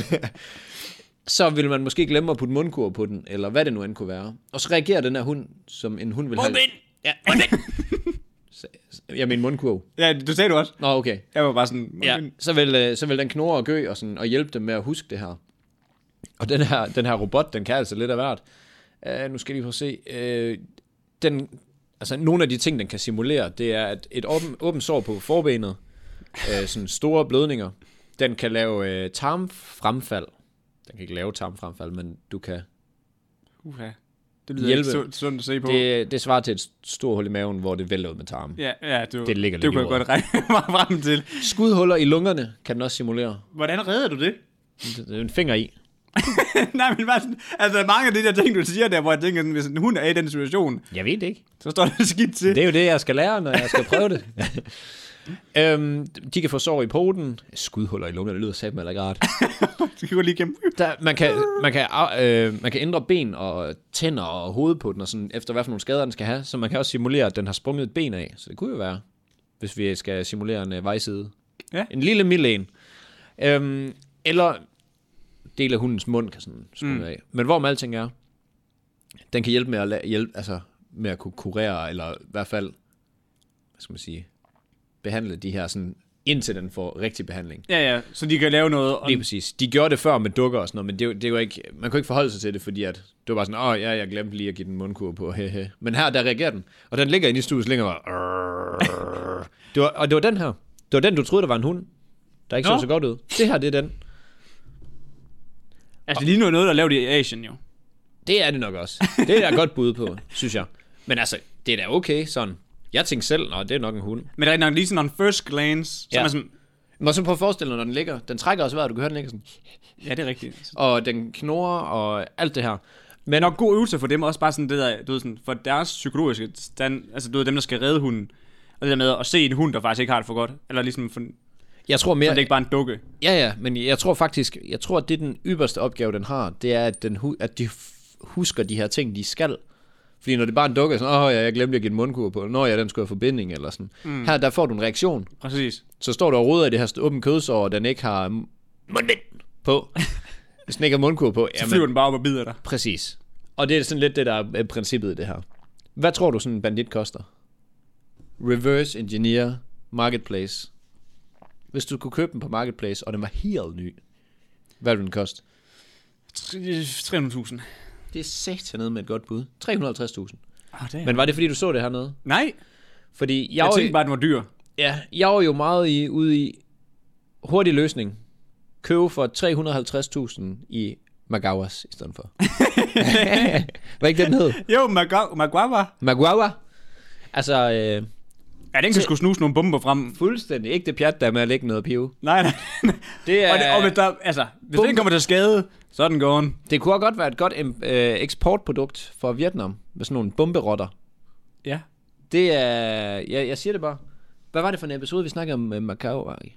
så vil man måske glemme at putte mundkur på den, eller hvad det nu end kunne være. Og så reagerer den her hund, som en hund vil have... Forben. Ja. Jeg mener mundkur. Ja, du sagde du også. Nå, okay. Jeg var bare sådan... Ja, så vil, øh, så vil den knurre og gø og, sådan, og hjælpe dem med at huske det her. Og den her, den her robot, den kan altså lidt af hvert. Uh, nu skal jeg lige prøve at se. Uh, den, altså, nogle af de ting, den kan simulere, det er at et åben, åbent sår på forbenet, uh, sådan store blødninger. Den kan lave uh, tarmfremfald. Den kan ikke lave tarmfremfald, men du kan... Uha. Det lyder Hjælpe. ikke su- sundt at se på. Det, det svarer til et stort hul i maven, hvor det vælter ud med tarmen. Ja, ja, du, Det ligger det lidt kunne i jeg godt regne mig frem til. Skudhuller i lungerne kan den også simulere. Hvordan redder du det? Det er en finger i. Nej, men bare sådan, altså mange af de der ting, du siger der, hvor jeg tænker, hvis en hund er i den situation, Jeg ved det ikke. så står det skidt til. Det er jo det, jeg skal lære, når jeg skal prøve det. øhm, de kan få sår i poten. Skudhuller i lungerne, det lyder satme eller ikke rart. Det kan gå lige igennem. Der, man, kan, man, kan, øh, man kan ændre ben og tænder og hoved på den, og sådan, efter hvad for nogle skader den skal have. Så man kan også simulere, at den har sprunget et ben af. Så det kunne jo være, hvis vi skal simulere en øh, vejside. Ja. En lille mild en. Øhm, eller del af hundens mund kan sådan sprunge mm. af. Men hvor med alting er, den kan hjælpe med at, la- hjælpe, altså, med at kunne kurere, eller i hvert fald, hvad skal man sige, behandle de her sådan, indtil den får rigtig behandling. Ja, ja, så de kan lave noget. Og... Lige præcis. De gjorde det før med dukker og sådan noget, men det, det var ikke, man kunne ikke forholde sig til det, fordi at det var bare sådan, åh ja, jeg glemte lige at give den mundkur på, hehe. Men her, der reagerer den, og den ligger inde i studiet, ligger bare, det var, og det var den her. Det var den, du troede, der var en hund, der ikke Nå. så så godt ud. Det her, det er den. Altså, det ligner jo noget, der er lavet i Asien, jo. Det er det nok også. Det er der godt bud på, synes jeg. Men altså, det er da okay, sådan. Jeg tænkte selv, nå, det er nok en hund. Men der er nok lige sådan en first glance, så Ja. ja. er sådan, Må så prøve at forestille dig, når den ligger. Den trækker også vejret, du kan høre den ligger sådan. ja, det er rigtigt. Og den knurrer og alt det her. Men det er nok god øvelse for dem, også bare sådan det der, du ved, sådan, for deres psykologiske stand, altså du ved, dem, der skal redde hunden, og det der med at se en hund, der faktisk ikke har det for godt, eller ligesom, for, Jeg tror så mere... det er ikke bare en dukke. Ja, ja, men jeg tror faktisk, jeg tror, at det er den ypperste opgave, den har, det er, at, den, hu- at de f- husker de her ting, de skal. Fordi når det bare er en dukke, sådan, åh ja, jeg glemte at give en mundkur på, når jeg den skulle have forbinding, eller sådan. Mm. Her, der får du en reaktion. Præcis. Så står du og roder i det her åbent kødsår, og den ikke har mundbind på. Hvis den ikke har mundkur på. Så flyver den bare op og bider dig. Præcis. Og det er sådan lidt det, der er princippet i det her. Hvad tror du sådan en bandit koster? Reverse Engineer Marketplace. Hvis du kunne købe den på Marketplace, og den var helt ny, hvad ville den koste? tre hundrede tusind. Det er satan nede med et godt bud. tre hundrede og halvtreds tusind. Oh, Men var det fordi, du så det hernede? Nej. Fordi jeg, jeg tænkte bare, at den var dyr. Ja, jeg var jo meget i, ude i hurtig løsning. Købe for tre hundrede og halvtreds tusind i Magawas i stedet for. Hvad ikke den hed? Jo, Magawa. Magawa. Altså... Øh, ja, den kan sgu snuse nogle bomber frem. Fuldstændig. Ikke det pjat, der med at lægge noget pive. Nej, nej. Det er, og, det, og hvis, der, altså, hvis den kommer til skade, så er den gone. Det kunne godt være et godt øh, eksportprodukt for Vietnam, med sådan nogle bomberotter. Ja. Det er... Jeg, jeg siger det bare. Hvad var det for en episode, vi snakkede om uh, Macau? Øh,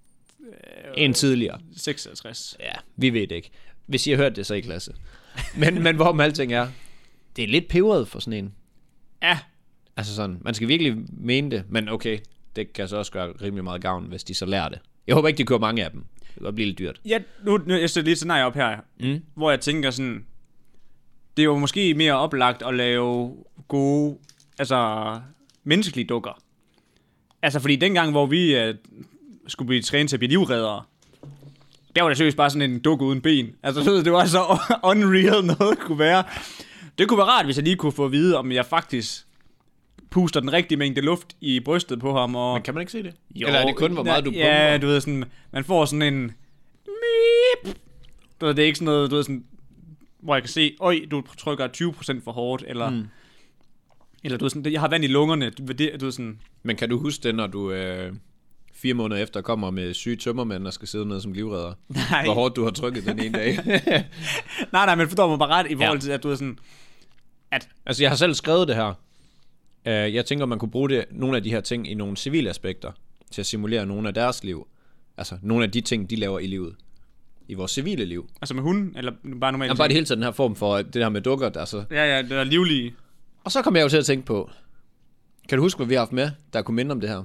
en tidligere. seksoghalvtreds. Ja, vi ved det ikke. Hvis I har hørt det, så er I klasse. Men, men hvorom alting er, det er lidt peberet for sådan en. Ja. Altså sådan, man skal virkelig mene det, men okay, det kan så også gøre rimelig meget gavn, hvis de så lærer det. Jeg håber ikke, de kører mange af dem. Det vil blive lidt dyrt. Ja, nu, nu jeg sætter lige et scenarie op her, mm. hvor jeg tænker sådan, det er jo måske mere oplagt at lave gode, altså menneskelige dukker. Altså fordi dengang, hvor vi uh, skulle blive trænet til at blive livreddere, der var det seriøst bare sådan en dukke uden ben. Altså det var så unreal noget kunne være. Det kunne være rart, hvis jeg lige kunne få at vide, om jeg faktisk puster den rigtige mængde luft i brystet på ham. Og... Men kan man ikke se det? Jo, eller er det kun, hvor meget du pumper? Ja, du ved sådan, man får sådan en... Meep. Du ved, det er ikke sådan noget, du ved sådan, hvor jeg kan se, øj, du trykker tyve procent for hårdt, eller... Mm. Eller du ved sådan, jeg har vand i lungerne, du ved sådan... Men kan du huske det, når du... Øh... fire måneder efter kommer med syge tømmermænd og skal sidde nede som livredder? Nej. Hvor hårdt du har trykket den ene dag. nej, nej, men forstår mig bare ret i forhold til, at du er sådan... At... Altså, jeg har selv skrevet det her. Uh, jeg tænker, man kunne bruge det, nogle af de her ting i nogle civile aspekter, til at simulere nogle af deres liv. Altså, nogle af de ting, de laver i livet. I vores civile liv. Altså med hunden, eller bare normalt? Ja, bare det hele tiden, den her form for det her med dukker, der altså... Ja, ja, det er livlige. Og så kom jeg jo til at tænke på... Kan du huske, hvad vi har haft med, der kunne minde om det her?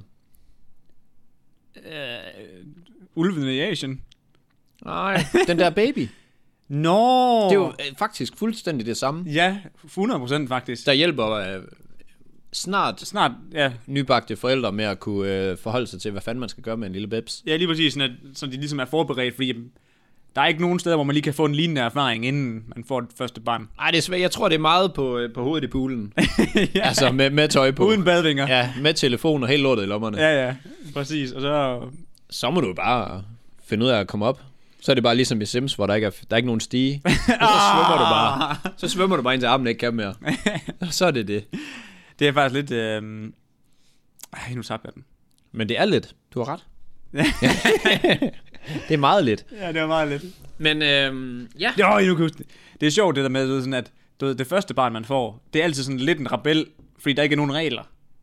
Uh, ulven i Asien. Nej, den der baby. Nå. No. Det er jo øh, faktisk fuldstændig det samme. Ja, hundrede procent faktisk. Der hjælper øh, snart, snart ja. nybagte forældre med at kunne øh, forholde sig til, hvad fanden man skal gøre med en lille bebs. Ja, lige præcis, sådan at, så de ligesom er forberedt, fordi der er ikke nogen steder, hvor man lige kan få en lignende erfaring, inden man får det første barn. Nej, det er svært. Jeg tror, det er meget på, på hovedet i poolen. ja. Altså med, med tøj på. Uden badvinger. Ja, med telefon og helt lortet i lommerne. Ja, ja, præcis. Og så... Så må du bare finde ud af at komme op. Så er det bare ligesom i Sims, hvor der ikke er, der er ikke nogen stige. Så svømmer du bare. Så svømmer du bare ind til armen ikke kan mere. Så er det det. Det er faktisk lidt... Øh... Ej, nu tabte jeg den. Men det er lidt. Du har ret. Det er meget lidt. Ja, det er meget lidt. Men øhm, ja. Jo, nu kan huske det. Det er sjovt det der med, sådan at du ved, det første barn, man får, det er altid sådan lidt en rebel, fordi der ikke er nogen regler.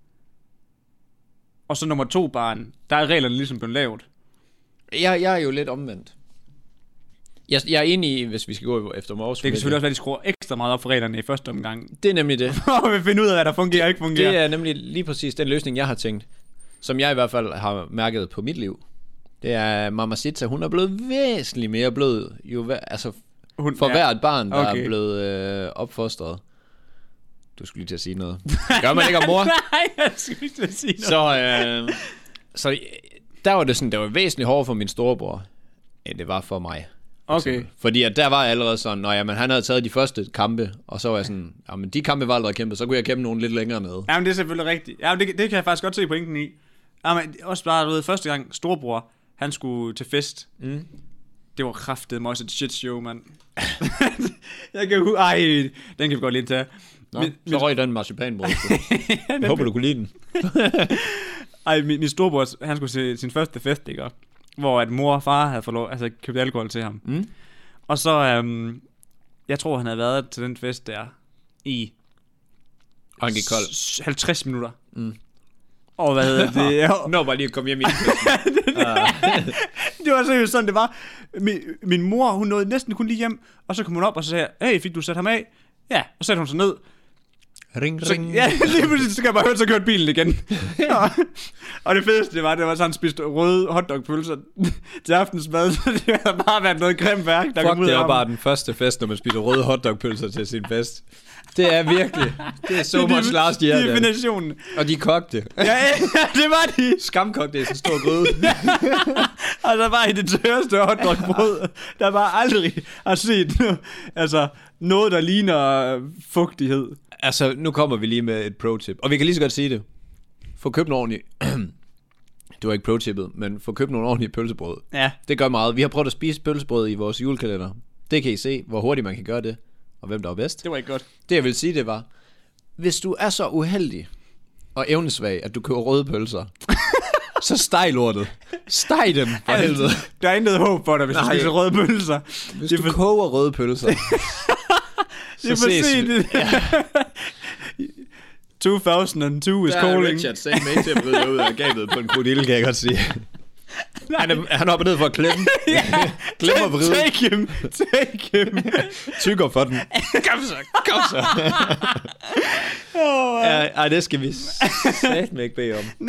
Og så nummer to barn, der er reglerne ligesom blevet lavet. Jeg, jeg er jo lidt omvendt. Jeg, jeg er enig i, hvis vi skal gå efter vores det kan selvfølgelig også være, at de skruer ekstra meget op for reglerne i første omgang. Det er nemlig det. For at finde ud af, hvad der fungerer og ikke fungerer. Det er nemlig lige præcis den løsning, jeg har tænkt. Som jeg i hvert fald har mærket på mit liv. Det er Mamacita, hun er blevet væsentligt mere blød, jo, altså hun, for ja. hvert barn, der okay. er blevet øh, opfostret. Du skulle lige til at sige noget. Gør man ikke om mor? Nej, jeg skulle lige til at sige noget. Så, øh, så der var det sådan, det var væsentligt hårdere for min storebror, end det var for mig. Okay. Altså, fordi at der var allerede sådan, når jamen, han havde taget de første kampe, og så var jeg sådan, jamen de kampe var allerede kæmpet, så kunne jeg kæmpe nogen lidt længere nede. Jamen det er selvfølgelig rigtigt. Jamen det, det kan jeg faktisk godt se pointen i. Jamen også bare, du ved, første gang storebror, han skulle til fest. Mm. Det var kraftedeme også et shit show, mand. Jeg kan hu- Ej, den kan vi godt lige tage. Nå, min, så røg den marcipanbrød. Jeg håber, du kunne lide den. Ej, min, min storebror, han skulle til sin første fest, ikke? Hvor at mor og far havde fået lov, altså købt alkohol til ham. Mm. Og så, øhm, jeg tror, han havde været til den fest der i og han gik kold. halvtreds minutter. Mm. Og hvad hedder det? Nå, bare lige at komme hjem i det var seriøst sådan, det var. Min, min mor, hun nåede næsten kun lige hjem, og så kom hun op og så sagde, hey, fik du sat ham af? Ja, og så satte hun sig ned. Ring, Så, ring. ja, lige pludselig så kan jeg bare høre, så kørte bilen igen. og, og det fedeste, det var, det var sådan, spist røde hotdogpølser til aftensmad, så det havde bare været noget grimt værk, der Fuck, kom ud det af var ham. bare den første fest, når man spiser røde hotdogpølser til sin fest. Det er virkelig, det er so Det er much last year. der. definitionen. Og de kogte. Ja, ja, det var de. Skamkogte i sådan en stor gryde. Og der var i det tørreste hotdogbrød, der var aldrig har set noget, altså, noget, der ligner fugtighed. Altså, nu kommer vi lige med et pro-tip. Og vi kan lige så godt sige det. Få købt nogle ordentlige... det var ikke pro-tippet, men få købt nogle ordentlige pølsebrød. Ja. Det gør meget. Vi har prøvet at spise pølsebrød i vores julekalender. Det kan I se, hvor hurtigt man kan gøre det. Og hvem der var bedst. Det var ikke godt. Det jeg vil sige, det var... Hvis du er så uheldig og evnesvag, at du køber røde pølser, så steg lortet. Steg dem, for helvede. Der er intet håb for dig, hvis Nej. du spiser røde pølser. Hvis det du er for, koger røde pølser, det er så for ses sent. vi. to tusind og to is calling. Richard sagde mig til at bryde ud af gabet på en krokodille, kan jeg godt sige. Han er, han er oppe ned for at klemme. Ja, Klemme og vride. take him, take him. Tykker for den. Kom så, kom så. Oh, Ja, ej, det skal vi satme ikke bede om.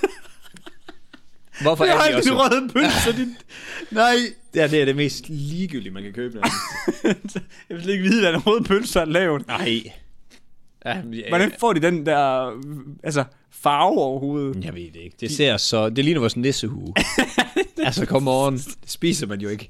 Hvorfor jeg er har de ikke de også... røde pølser. Din... Nej. Ja, det er det mest ligegyldige, man kan købe. Jeg vil ikke vide, hvad en røde pølse er lavet. Nej. Ja, ja, Hvordan får de den der altså, farve overhovedet? jeg ved det ikke. Det ser så... Det ligner vores nissehue. Altså, come on. Det spiser man jo ikke.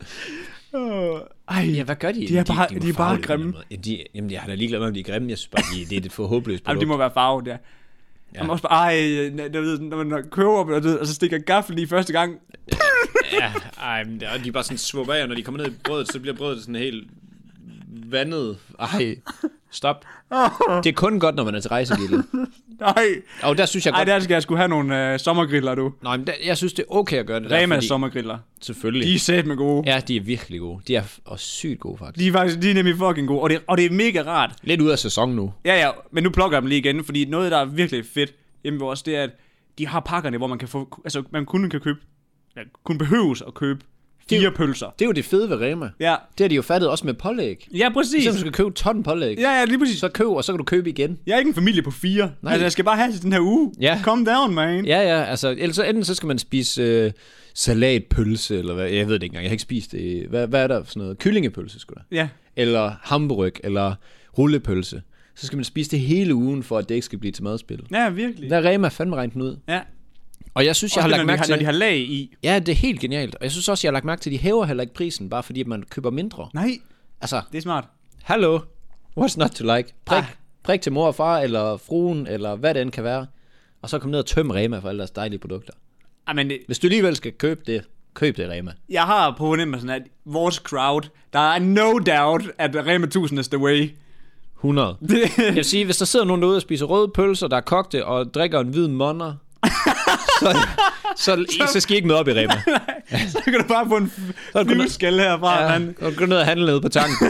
Oh, ej, Ja, hvad gør de? De er bare- må de er bare farve det på en grimme. eller anden måde. De, jamen, jeg har da ligeglad med, om de er grimme. Jeg synes bare, de, det er et for håbløst Jamen, produkt. de må være farvet, ja. Ja. Også bare, ej, jeg ved, når man køber op, og så stikker gaffel i første gang. Ja, ej, men det er, de er bare sådan svupper af, og når de kommer ned i brødet, så bliver brødet sådan helt vandet. Ej, stop. Det er kun godt, når man er til rejsegilde. Nej, Og der synes jeg ej, godt... der skal jeg sgu have nogle øh, sommergriller, du. Nej, men der, jeg synes, det er okay at gøre det der, Remas fordi... sommergriller. Selvfølgelig. De er satme gode. Ja, de er virkelig gode. De er også sygt gode, faktisk. De er faktisk, de er nemlig fucking gode, og det, og det er mega rart. Lidt ud af sæson nu. Ja, ja, men nu plukker jeg dem lige igen, fordi noget, der er virkelig fedt hjemme ved os, det er, at de har pakkerne, hvor man kan få, altså man kun kan købe, ja, kun behøves at købe fire Det er pølser. Det er jo det fede ved Rema. Ja, Det har de jo fattet også med pålæg. ja, præcis. Så du skal købe ton pålæg. Ja, ja, lige præcis. Så køb, og så kan du købe igen. Jeg er ikke en familie på fire. Nej. Altså, jeg skal bare have til den her uge. Ja. Calm down, man. Ja, ja, altså, ellers så enten så skal man spise øh, salatpølse, eller hvad, jeg ved det ikke engang, jeg har ikke spist det. Hvad, hvad er der for sådan noget? Kyllingepølse, sgu da. Ja. Eller hamburg, eller rullepølse. Så skal man spise det hele ugen, for at det ikke skal blive til madspil. Ja, virkelig. Der er Rema fandme regnet den ud. Ja. Og jeg synes, jeg Også har det, lagt når, de mærke har, til... når de har lag i. Ja, det er helt genialt. Og jeg synes også, jeg har lagt mærke til, at de hæver heller ikke prisen, bare fordi man køber mindre. Nej, Altså, det er smart. hallo, what's not to like? Prik, Ah. prik til mor og far, eller fruen, eller hvad det end kan være. Og så kom ned og tømme Rema for alle deres dejlige produkter. Ej, men det, Hvis du alligevel skal købe det, køb det Rema. jeg har på fornemmelsen, at vores crowd, der er no doubt, at Rema tusind is the way. hundrede. Jeg vil sige, hvis der sidder nogen derude og spiser røde pølser, der er kogte, og drikker en hvid monner, så, så, så skal I ikke møde op i Rema. Så kan du bare få en Så kan du- flyveskal herfra, Ja, mand. og gå ned og handle ned på tanken.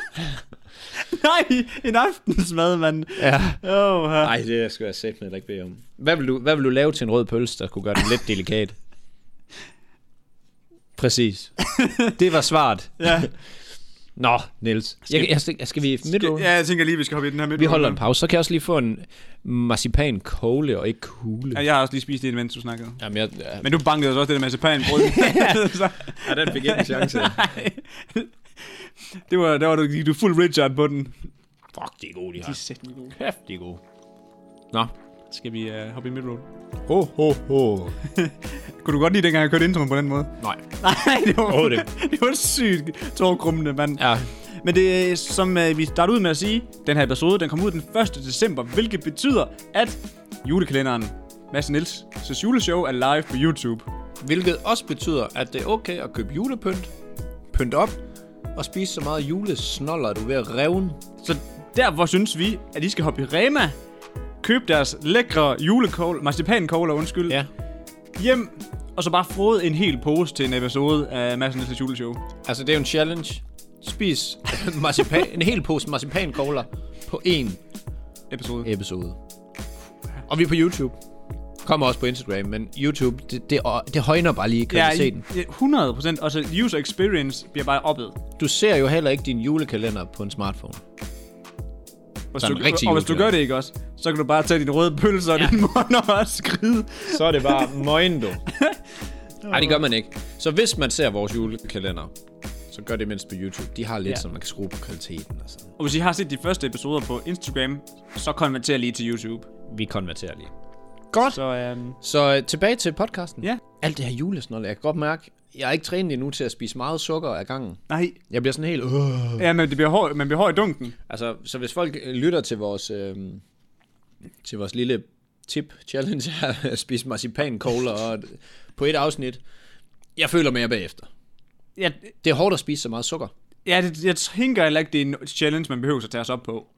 Nej, en aftensmad, mand. Ja. Oh, her. Nej, det skal jeg sætte mig ikke bede om. Hvad vil, du, hvad vil du lave til en rød pølse, der kunne gøre den lidt delikat? Præcis. Det var svaret. Ja. Nå, Niels. Jeg, jeg, jeg, skal vi i midtroll? Ja, jeg tænker lige, vi skal hoppe i den her midt. Vi holder en pause. Så kan jeg også lige få en marcipan kogle og ikke kugle. Ja, jeg har også lige spist det, mens du snakkede. Jamen, jeg, ja. Men du bankede også det der marcipanbrød. Så- ja, den fik ikke en chance. det var, der var du, du fuld Richard på den. Fuck, de er gode, de De er har. sæt gode. Kæft, de er gode. Nå. Skal vi uh, hoppe i midtroll? Ho, ho, ho. Kunne du godt lide, dengang jeg kørte introen på den måde? Nej. Nej, det var, Åh, det- det var sygt tårkrummende, mand. Ja. Men det er, som uh, vi startede ud med at sige, den her episode, den kom ud den første december, hvilket betyder, at julekalenderen Mads Niels' juleshow er live på YouTube. Hvilket også betyder, at det er okay at købe julepynt, pynt op, og spise så meget julesnoller, at du er ved at revne. Så derfor synes vi, at I skal hoppe i Rema, købe deres lækre julekål, marcipankåler, undskyld, Ja. hjem, og så bare frode en hel pose til en episode af Mads Niels' juleshow. Altså, det er jo en challenge. Spis marcipan, en hel pose marcipankogler på én Episode. episode. Og vi er på YouTube. Kommer også på Instagram, men YouTube, det, det, det højner bare lige kvaliteten. Ja, hundrede procent. Og så user experience bliver bare oppet. Du ser jo heller ikke din julekalender på en smartphone. Og, Sådan du, rigtig og hvis du juleklæder. gør det ikke også, så kan du bare tage dine røde pølser og Ja. dine måneder og skride. Så er det bare moindo. Nej, det gør man ikke. Så hvis man ser vores julekalender, så gør det mindst på YouTube. De har lidt, Ja. så man kan skrue på kvaliteten og sådan. Og hvis I har set de første episoder på Instagram, så konverter lige til YouTube. Vi konverterer lige. Godt. Så, Så øhm, så tilbage til podcasten. ja, Alt det her julesnold, jeg kan godt mærke, jeg er ikke trænet endnu til at spise meget sukker ad gangen. nej. Jeg bliver sådan helt... Øh. Ja, men det bliver hård, man bliver hård i dunken. Altså, så hvis folk lytter til vores, øh, til vores lille tip challenge her, at spise marcipankogler og på et afsnit, jeg føler mere bagefter. Ja, Det er hårdt at spise så meget sukker. ja det, jeg tænker heller ikke, det er en challenge, man behøver at tage os op på.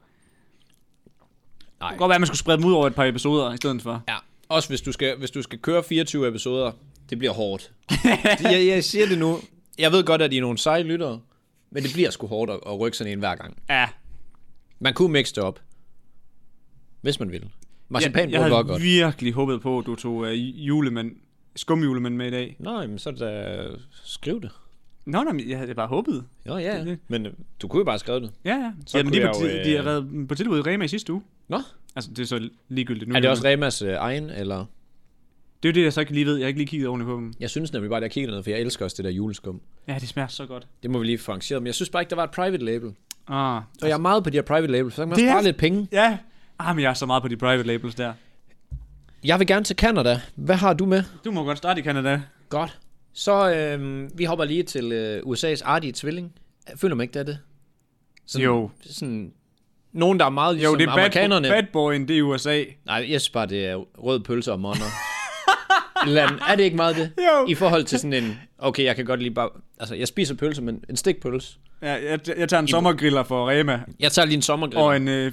Det Nej. kunne godt være, at man skulle sprede dem ud over et par episoder i stedet for. Ja, også hvis du skal, hvis du skal køre fireogtyve episoder, det bliver hårdt. jeg, jeg siger det nu. Jeg ved godt, at I er nogle seje lyttere, men det bliver sgu hårdt at, at rykke sådan en hver gang. Ja, Man kunne mixe det op, hvis man ville. jeg, Marcipan jeg burde havde være godt. virkelig håbet på, at du tog uh, julemænd, skumjulemænd med i dag. Nej, men så da, skriv det. Nå, nej, men jeg havde bare håbet. Jo, ja, Det- men øh, du kunne jo bare skrive det. Ja, ja. Så Ja, kunne de, jeg på, jo, de, øh, de er reddet på tilbud i Rema i sidste uge. Nå, Altså, det er så ligegyldigt nu. er det også Remas øh, egen, eller? Det er jo det, jeg så ikke lige ved. Jeg har ikke lige kigget ordentligt på dem. Jeg synes nemlig bare, at jeg kigger ned, for jeg elsker også det der juleskum. Ja, det smager så godt. Det må vi lige få arrangeret, men jeg synes bare ikke, der var et private label. Ah, Så jeg er meget på de her private labels, så kan man Det er- spare lidt penge. ja. Ah, men jeg er så meget på de private labels der. Jeg vil gerne til Canada. Hvad har du med? Du må godt starte i Canada. Godt. Så øh, vi hopper lige til øh, U S A's artige tvilling. Føler man ikke, det er det? Sådan, Jo. Sådan, nogen, der er meget ligesom Jo, det er amerikanerne. bad, bad boyen, det er U S A. Nej, jeg synes bare, det er rød pølse og monner. Land. Er det ikke meget det? Jo. I forhold til sådan en... Okay, jeg kan godt lige bare... Altså, jeg spiser pølse, men en stikpølse. Ja, jeg, jeg tager en sommergriller for Rema. Jeg tager lige en sommergrill. Og en øh,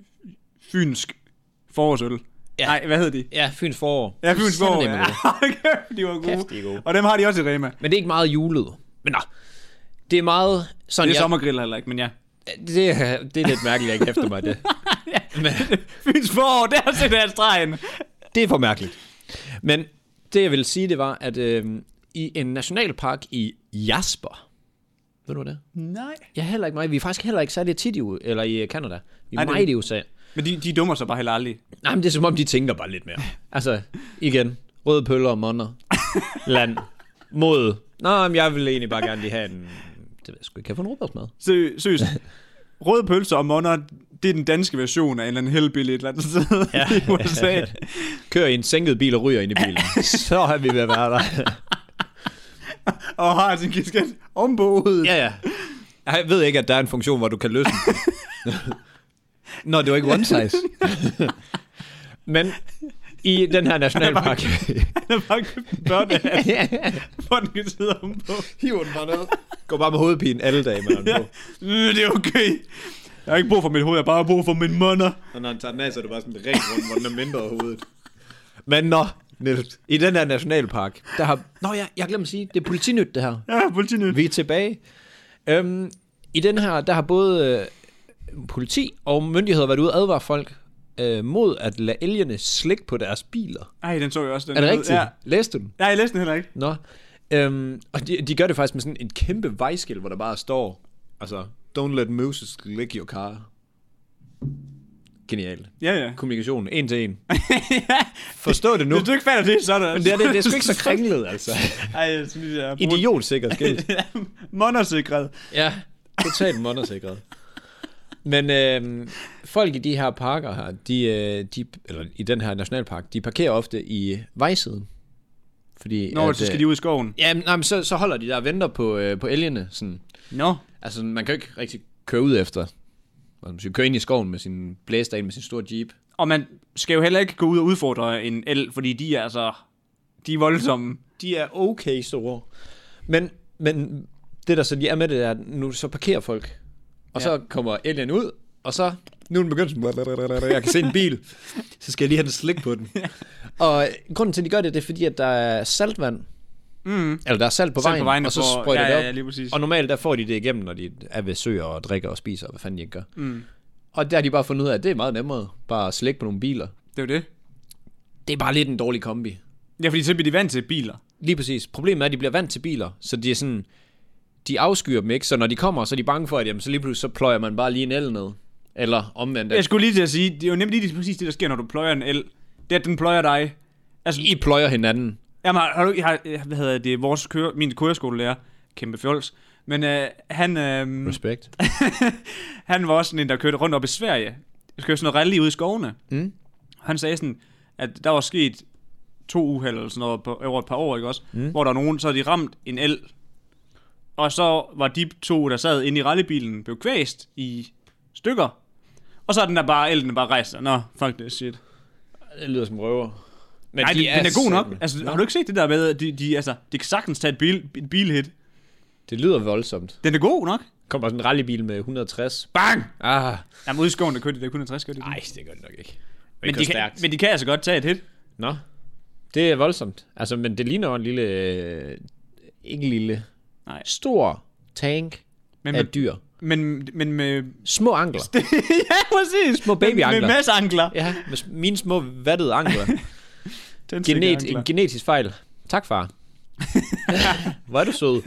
fynsk forårsøl. Ja. Ja. Nej, hvad hedder de? Ja, Fyns forår. Ja, Fyns forår. Sådan er det Ja, med det. kæft, de var gode. Kæft, de er gode. Og dem har de også i Rema. Men det er ikke meget julet. Men nå. Det er meget sådan... Det er jeg, sommergriller heller ikke, men ja. det, er, det er lidt mærkeligt, jeg ikke hæfter mig det. Men, Fyns forår, der sætter jeg stregen. det er for mærkeligt. Men det, jeg vil sige, det var, at øh, i en nationalpark i Jasper... Ved du hvad det er? Nej. Jeg er heller ikke meget. Vi er faktisk heller ikke særlig tit i, U- eller i Canada. Vi er Ej, det- meget i U S A. Men de, de dummer sig bare heller aldrig. Nej, men det er som om, de tænker bare lidt mere. Altså, igen. Røde pøller og monner. Land. Mod. Nå, men jeg vil egentlig bare gerne lige have en... Det ved jeg sgu ikke. Kan jeg få en rugbrødsmad? Sø, seriøst. Røde pølser og monner, det er den danske version af en eller anden hellbilly et eller andet sted ja. i U S A. Kører i en sænket bil og ryger ind i bilen. Så har vi ved at være der. Og har sin kasket om på hovedet. Ja, ja. Jeg ved ikke, at der er en funktion, hvor du kan løsne den. Nå, det var ikke one size. Men i den her nationalpark... Han har bare købt en børnehat, hvor den kan sidde om på. Hiver den bare ned. Går bare med hovedpine alle dage med den Ja. på. Øh, det er okay. Jeg har ikke brug for mit hoved, jeg har bare brug for min monner. Og når han tager den af, så er det bare sådan en ring rundt, hvor den er mindre over hovedet. Men nå, Niels, i den her nationalpark, der har... Nå ja, jeg glemte at sige, det er politinyt, det her. Ja, politinyt. Vi er tilbage. Øhm, I den her, der har både øh, politi og myndigheder været ude og advare folk øh, mod at lade elgerne slikke på deres biler. Ej, den så jeg også. Den Er det hed- rigtigt? Ja. Læste du den? Nej, jeg læste den heller ikke. Nå. Øhm, og de, de gør det faktisk med sådan en kæmpe vejskilt, hvor der bare står, altså, don't let Moses lick your car. Genialt. Ja, ja. Kommunikation, en til en. Forstå det nu. Hvis du ikke fatter det, så er det... Men det er, det, det er sgu ikke så kringlet, altså. Ej, jeg synes, jeg er Idiotsikker skilt. monnersikret. Ja, totalt mondersikret. Men øh, folk i de her parker her, de, øh, de, eller i den her nationalpark, de parkerer ofte i vejsiden. Fordi, Nå, at, så skal øh, de ud i skoven. Ja, nej, men så, så holder de der og venter på, øh, på elgene. Sådan. Nå. Altså, man kan jo ikke rigtig køre ud efter. Man skal køre ind i skoven med sin blæsdag med sin store jeep. Og man skal jo heller ikke gå ud og udfordre en el, fordi de er altså... De er voldsomme. De er okay store. Men, men det der så de er med det er, nu så parkerer folk. Og ja. Så kommer elgen ud, og så... Nu er den begyndt sådan... Jeg kan se en bil. Så skal jeg lige have den slik på den. Og grunden til, at de gør det, det er fordi, at der er saltvand. Mm. Eller der er salt på Salt vejen, på vejen, og så for- sprøjter ja, det op. ja, ja, lige præcis. Og normalt der får de det igennem, når de er ved søer og drikker og spiser, og hvad fanden de ikke gør. Mm. Og der har de bare fundet ud af, at det er meget nemmere. Bare at slikke på nogle biler. Det er jo det. Det er bare lidt en dårlig kombi. Ja, fordi så bliver de vant til biler. Lige præcis. Problemet er, at de bliver vant til biler, så de er sådan... De afskyer dem ikke, så når de kommer, så er de bange for, at jamen, så lige pludselig så pløjer man bare lige en el ned. Eller omvendt. Jeg skulle lige til at sige, det er jo nemlig lige præcis det, der sker, når du pløjer en el. Det er, at den pløjer dig. Altså, I pløjer hinanden. Jamen, har du, jeg har, hvad hedder det, vores kører, min køreskolelærer, kæmpe fjols, men øh, han... Øh, Respekt. han var også sådan en, der kørte rundt op i Sverige. Jeg kørte sådan noget rally ude i skovene. Mm. Han sagde sådan, at der var sket to uheld eller sådan noget på, over et par år, ikke også? Mm. Hvor der var nogen, så havde de ramt en el. Og så var de to, der sad inde i rallybilen, blev kvæst i stykker. Og så er den der bare, elden bare rejst sig. Nå, fuck this shit. Det lyder som røver. Men nej, de den er, er god nok. Altså, ja. Har du ikke set det der med, de, de, altså, de kan sagtens tage et, bil, et bilhit. Det lyder voldsomt. Den er god nok. Kommer sådan en rallybil med et hundrede og tres. Bang! Ah. Jamen ude i skoven, der kørte de der et hundrede og tres, gør de Nej, det gør det nok ikke. Men de, kan, men de kan altså godt tage et hit. Nå, det er voldsomt. Altså, men det ligner jo en lille, øh, ikke en lille, nej, stor tank men af med, dyr. Men, men med... Små ankler. ja, præcis. Små babyankler. Med, med masser af ankler. Ja, med mine små vattede ankler. Genet, en genetisk fejl. Tak, far. Hvor er du sød.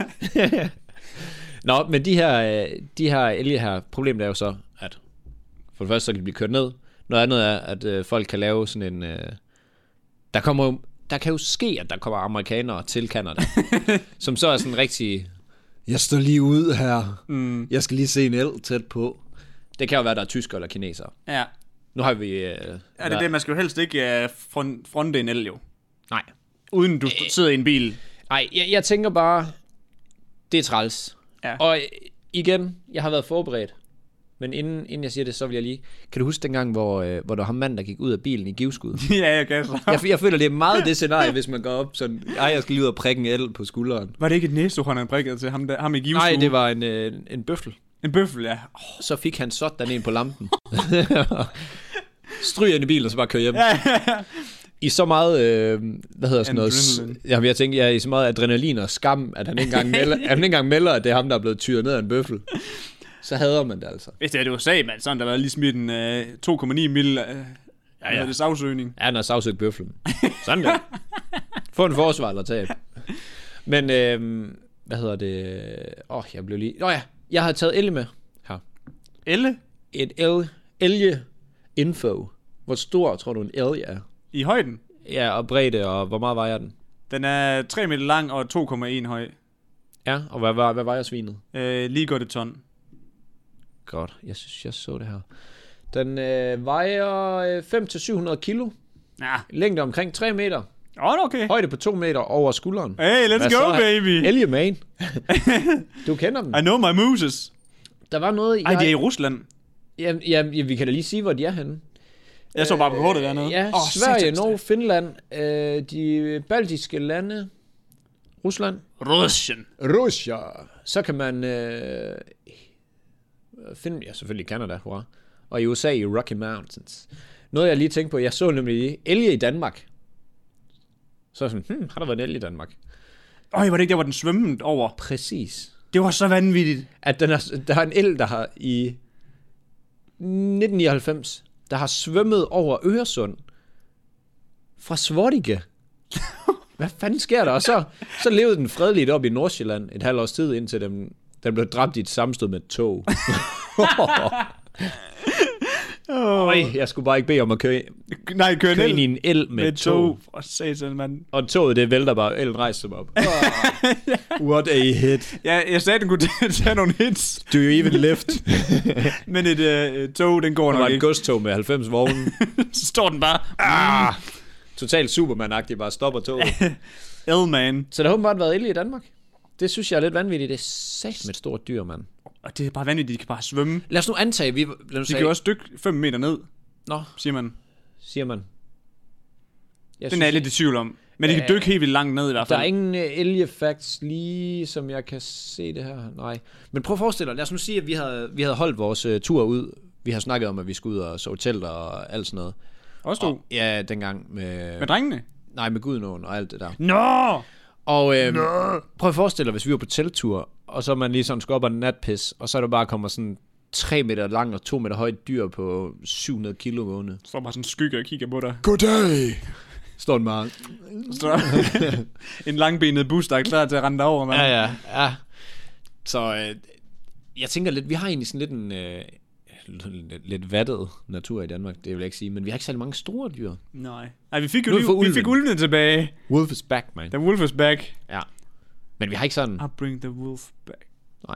Nå, men de her, de her elge her, problemet er jo så, at for det første så kan de blive kørt ned. Noget andet er, at øh, folk kan lave sådan en... Øh, der kommer jo, der kan jo ske, at der kommer amerikanere til Canada, som så er sådan rigtig... Jeg står lige ud her. Mm. Jeg skal lige se en el tæt på. Det kan jo være, der er tyskere eller kinesere. Ja. Nu har vi... Øh, ja, det er det, man skal jo helst ikke uh, front, fronte en el, jo. Nej. Uden du sidder i en bil. Nej, jeg, jeg tænker bare, det er træls. Ja. Og igen, jeg har været forberedt. Men inden, inden jeg siger det, så vil jeg lige... Kan du huske dengang, hvor, øh, hvor der var mand, der gik ud af bilen i givskud? ja, jeg kan så. Jeg, jeg føler, det er meget det scenarie, hvis man går op sådan... Ej, jeg skal lige ud og prikke en el på skulderen. Var det ikke et næsehorn, han prikkede til ham, der, ham i givskud? Nej, det var en, øh, en bøffel. En bøffel, ja. Oh. Så fik han sådan en på lampen. Stryger ind i bilen, og så bare kører hjem. I så meget, øh, hvad hedder sådan noget, jamen jeg tænker, ja, i så meget adrenalin og skam, at han ikke engang melder, at han ikke engang melder, at det er ham, der er blevet tyret ned af en bøffel. Så hader man det altså. Hvis det er det U S A, man, sådan der var lige smidt en øh, to komma ni mil, øh, ja, ja. Det sagsøgning. Ja, han har sagsøgt bøffelen. Sådan der. Få en forsvar eller tab. Men, øh, hvad hedder det? Åh, oh, jeg blev lige... Nå ja, jeg har taget elge med her. Elle? Et el, elge-info. Hvor stor tror du en elge er? I højden? Ja, og bredde, og hvor meget vejer den? Den er tre meter lang og to komma en høj. Ja, og hvad, hvad, hvad vejer svinet? Øh, lige godt et ton. Godt, jeg synes, jeg så det her. Den øh, vejer fem til syv hundrede kilo. Ja. Længde omkring tre meter. Åh, oh, okay. Højde på to meter over skulderen. Hey, let's hvad go, baby. Elge man. Du kender dem. I know my mooses. Der var noget... Ej, de er i Rusland. Ja, ja, vi kan da lige sige, hvor de er henne. Jeg så bare på kortet dernede. Ja, oh, Sverige, Norge, Finland, øh, de baltiske lande, Rusland. Rusland. Russia. Så kan man øh, finde, ja selvfølgelig Canada, hurra. Og i U S A i Rocky Mountains. Noget jeg lige tænkte på, jeg så nemlig lige, elge i Danmark. Så sådan, hmm, har der været en elge i Danmark? Øj, var det ikke der, hvor den svømmede over? Præcis. Det var så vanvittigt. At den er, der er en el, der har i nitten nioghalvfems, der har svømmet over Øresund fra Svordige. Hvad fanden sker der? Og så, så levede den fredeligt op i Nordsjælland et halvt års tid, indtil den, den blev dræbt i et sammenstød med et tog. Øj, jeg skulle bare ikke bede om at køre, Nej, køre, køre ind i en el med, med et tog. For satan, mand. Og toget, det vælter bare, elen rejser sig op. Oh, what a hit. Ja, jeg sagde, at den kunne tage nogle hits. Do you even lift? Men et uh, tog, den går nok ikke. Det var et godstog med halvfems vogne. Så står den bare... Ah, totalt Superman-agtigt, bare stopper toget. L-man. Så der har åbenbart været elge i Danmark. Det synes jeg er lidt vanvittigt. Det er sat med et stort dyr, mand. Og det er bare vanvittigt, de kan bare svømme. Lad os nu antage, vi... Lad os de kan jo også dykke fem meter ned. Nå. Siger man. Siger man. Jeg Den synes, er jeg lidt i tvivl om. Men de kan dykke helt vildt langt ned i hvert fald. Der er ingen uh, elge-facts lige, som jeg kan se det her. Nej. Men prøv at forestille dig. Lad os nu sige, at vi havde, vi havde holdt vores uh, tur ud. Vi har snakket om, at vi skulle ud og sove telt og alt sådan noget. Også du? Ja, dengang med... Med drengene? Nej, med Gudnåen og alt det der. Nå! No! Og øhm, no! Prøv at forestille dig, hvis vi var på telttur, og så man lige sådan skal op og natpis, og så er der bare kommer sådan tre meter lang og to meter højt dyr på syv hundrede kilo gående. Så er bare sådan en skygge og kigger på dig. Goddag! Står den bare. Står en langbenet bus, der er klar til at rende over, mand. Ja, ja, ja. Så øh, jeg tænker lidt, vi har egentlig sådan lidt en... Øh, lidt, lidt vattet natur i Danmark, det vil jeg ikke sige, men vi har ikke særlig mange store dyr. Nej. Nej, vi fik jo Nu er lige, vi for vi fik ulvene tilbage. Wolf is back, man. The wolf is back. Ja. Men vi har ikke sådan... I bring the wolf back. Nej.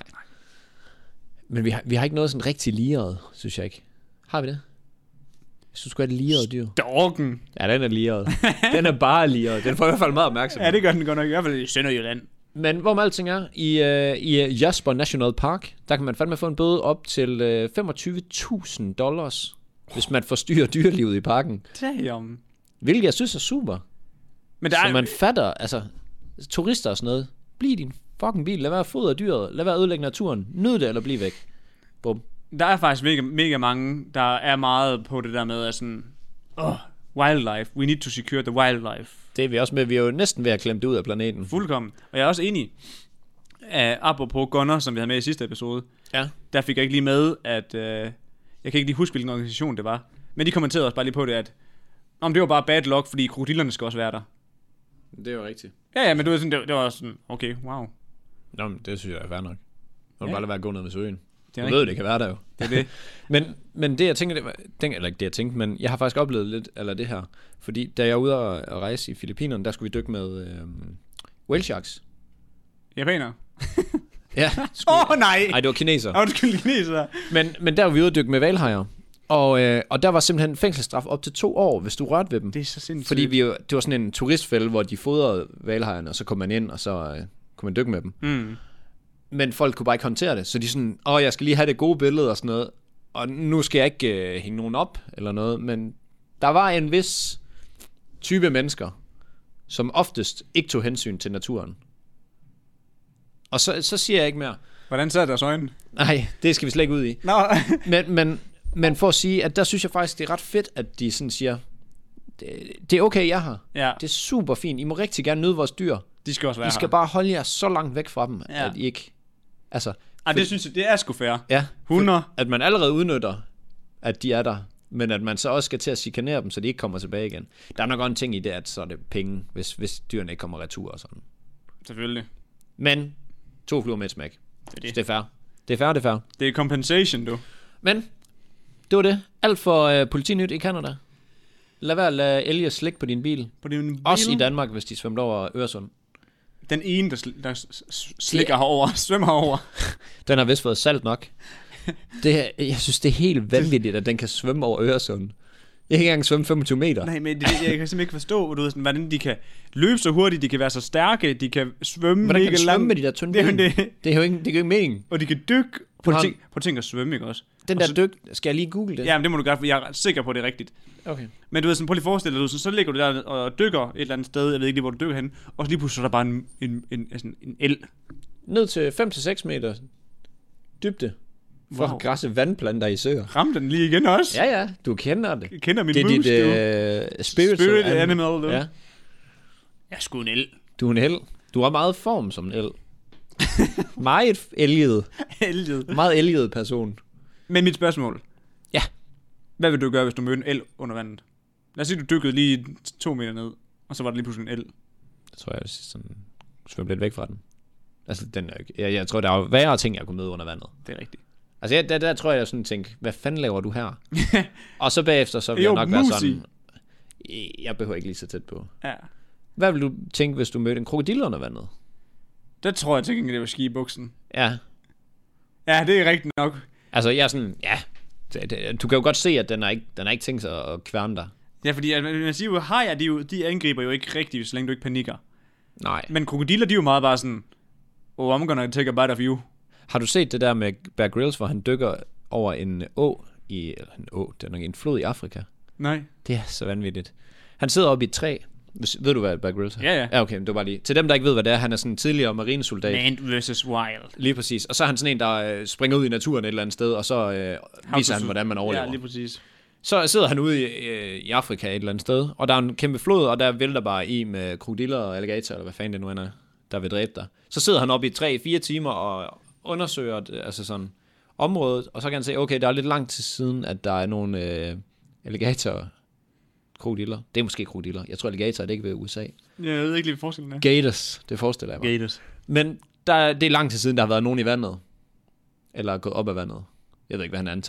Men vi har, vi har ikke noget sådan rigtig liret, synes jeg ikke. Har vi det? Jeg synes sgu, at det er liret dyr. Storken. Ja, den er liret. Den er bare liret. Den får i hvert fald meget opmærksomhed. Ja, det gør den godt nok. I hvert fald i Sønderjylland. Men hvor man alting er, i, uh, i Jasper National Park, der kan man fandme få en bøde op til uh, femogtyve tusind dollars, hvis man forstyrrer dyrelivet i parken. Damn. Hvilket jeg synes er super. Men der Så er... man fatter, altså, turister og sådan noget. Bliv i din fucking bil. Lad være at fodre dyret. Lad være at ødelægge naturen. Nyd det, eller bliv væk. Bum. Der er faktisk mega, mega mange, der er meget på det der med, at sådan... Oh, wildlife. We need to secure the wildlife. Det er vi også med. Vi er jo næsten ved at klemme det ud af planeten. Fuldkommen. Og jeg er også enig. Uh, apropos Gunner, som vi havde med i sidste episode. Ja. Der fik jeg ikke lige med, at... Uh, jeg kan ikke lige huske, hvilken organisation det var. Men de kommenterede også bare lige på det, at... Om det var bare bad luck, fordi krokodillerne skal også være der. Det er jo rigtigt. Ja, ja, men det var, sådan, det, var, det var sådan... Okay, wow. Nå, men det synes jeg er fair nok. Nu Ja. bare lade være at gå ned med søen. Det er Du ved, det kan være der jo. Det er det. men, men det jeg tænker, det var, den, eller ikke det jeg tænkte, men jeg har faktisk oplevet lidt eller det her. Fordi da jeg var ude at rejse i Filippinerne, der skulle vi dykke med øh, whale sharks. Japaner. Ja. Åh, oh, nej. Nej, det var kineser. Åh, oh, det skulle kineser. Men, men der var vi ude at dykke med hvalhajer. Og, øh, og der var simpelthen fængselsstraf op til to år, hvis du rørte ved dem. Det er så sindssygt. Fordi vi, jo- det var sådan en turistfælde, hvor de fodrede hvalhajerne, og så kom man ind, og så øh, kunne man dykke med dem. Mm. Men folk kunne bare ikke håndtere det, så de sådan, åh, jeg skal lige have det gode billede og sådan noget, og nu skal jeg ikke øh, hænge nogen op, eller noget, men der var en vis type mennesker, som oftest ikke tog hensyn til naturen. Og så, så siger jeg ikke mere. Hvordan sad deres øjne? Nej, det skal vi slet ikke ud i. Nå. Men, men, men for at sige, at der synes jeg faktisk, det er ret fedt, at de sådan siger, det, det er okay, jeg har. Ja, Det er super fint. I må rigtig gerne nyde vores dyr. de skal også være I skal her. bare holde jer så langt væk fra dem, Ja. ja. at I ikke... Altså, Ej, det synes jeg, det er sgu fair. ja, Hunder. at man allerede udnytter, at de er der, men at man så også skal til at chikanere dem, så de ikke kommer tilbage igen. Der er nok også en ting i det, at så er det penge, hvis, hvis dyrene ikke kommer retur og sådan. Selvfølgelig. Men to fluer med et smæk. Det er Det det. er fair. Det er fair, det er fair. Det er compensation, du. Men det var det. Alt for uh, politinyt i Canada. Lad være at lade elge slikke på din bil. På din bil. Også i Danmark, hvis de svømmer over Øresund. Den ene, der, sl- der s- s- slikker herover, svømmer herover. Den har vist fået salt nok. Det, er- jeg synes, det er helt vanvittigt, at den kan svømme over Øresund. Jeg kan ikke engang svømme femogtyve meter. Nej, men det, jeg kan simpelthen ikke forstå, du ved, sådan, hvordan de kan løbe så hurtigt, de kan være så stærke, de kan svømme Hvordan kan mega den svømme langt. med de der tynde Det er jo ben? det. Det er jo ikke, det er jo ikke mening. Og de kan dykke. Prøv har at en- tænke, prøv at tænke at svømme, ikke også? Den Og der så- dyk, skal jeg lige google det? Ja, men det må du gøre, for jeg er ret sikker på, at det er rigtigt. Okay. Men du ved, sådan, prøv lige at forestille dig, du, så, så ligger du der og dykker et eller andet sted, jeg ved ikke lige, hvor du dykker hen, og så lige pludselig så er der bare en, en, en, en, en el. Ned til fem til seks meter dybde. For Wow. at græsse vandplanter i søer. Ramte den lige igen også? Ja, ja, du kender det. Jeg kender min Det er dit moves, du. uh, spiritual Spirit animal. animal, du. Ja. Jeg er sgu en el. Du er en el. Du har meget form som en el. Meget elget. Elget. Meget elget person. Men mit spørgsmål. Ja. Hvad vil du gøre, hvis du mødte en el under vandet? Lad os sige, du dykkede lige to meter ned, og så var der lige pludselig en el. Jeg tror, jeg vil sådan svømme lidt væk fra den. Altså, den er, ikke- jeg, jeg tror, der er jo værre ting, jeg kunne møde under vandet. Det er rigtigt. Altså, jeg, der, der tror jeg, jeg sådan tænker, hvad fanden laver du her? Og så bagefter, så vil Jo, jeg nok være musi. sådan, jeg behøver ikke lige så tæt på. Ja. Hvad vil du tænke, hvis du mødte en krokodil under vandet? Der tror jeg til gengæld, det var ski i buksen. Ja, Ja, det er rigtigt nok. altså jeg er sådan, ja, det, det, du kan jo godt se, at den er ikke, den er ikke tænkt sig at kværne dig. Ja, fordi at, man siger jo, hajer, de, er jo- de angriber jo ikke rigtigt, så længe du ikke panikker. Nej. Men krokodiller, de er jo meget bare sådan, oh, I'm gonna take a bite of you. Har du set det der med Bear Grylls, hvor han dykker over en å i, eller en å, det er nok en flod i Afrika? Nej. Det er så vanvittigt. Han sidder oppe i et træ. Hvis- Ved du, hvad Bear Grylls er? Ja, ja. Ja, okay, men det var bare lige. Til dem, der ikke ved, hvad det er, han er sådan en tidligere marinesoldat. Man versus wild. Lige præcis. Og så er han sådan en, der øh, springer ud i naturen et eller andet sted, og så øh, viser han, hvordan man overlever. Ja, lige præcis. Så sidder han ude i, øh, i Afrika et eller andet sted, og der er en kæmpe flod, og der vælter bare i med krokodiller og alligator, eller hvad fanden det nu er, der vil dræbe dig. Så sidder han oppe i tre fire timer og undersøger det, altså sådan, området, og så kan han se, okay, der er lidt langt til siden, at der er nogle øh, alligator krokodiller. Det er måske krokodiller. Jeg tror, alligator er det ikke ved U S A. Jeg ved ikke lige, hvad forskellen er. Gators, det forestiller jeg mig. Gators. Men der, det er lang tid siden, der har været nogen i vandet. Eller gået op af vandet. Jeg ved ikke, hvad han antager.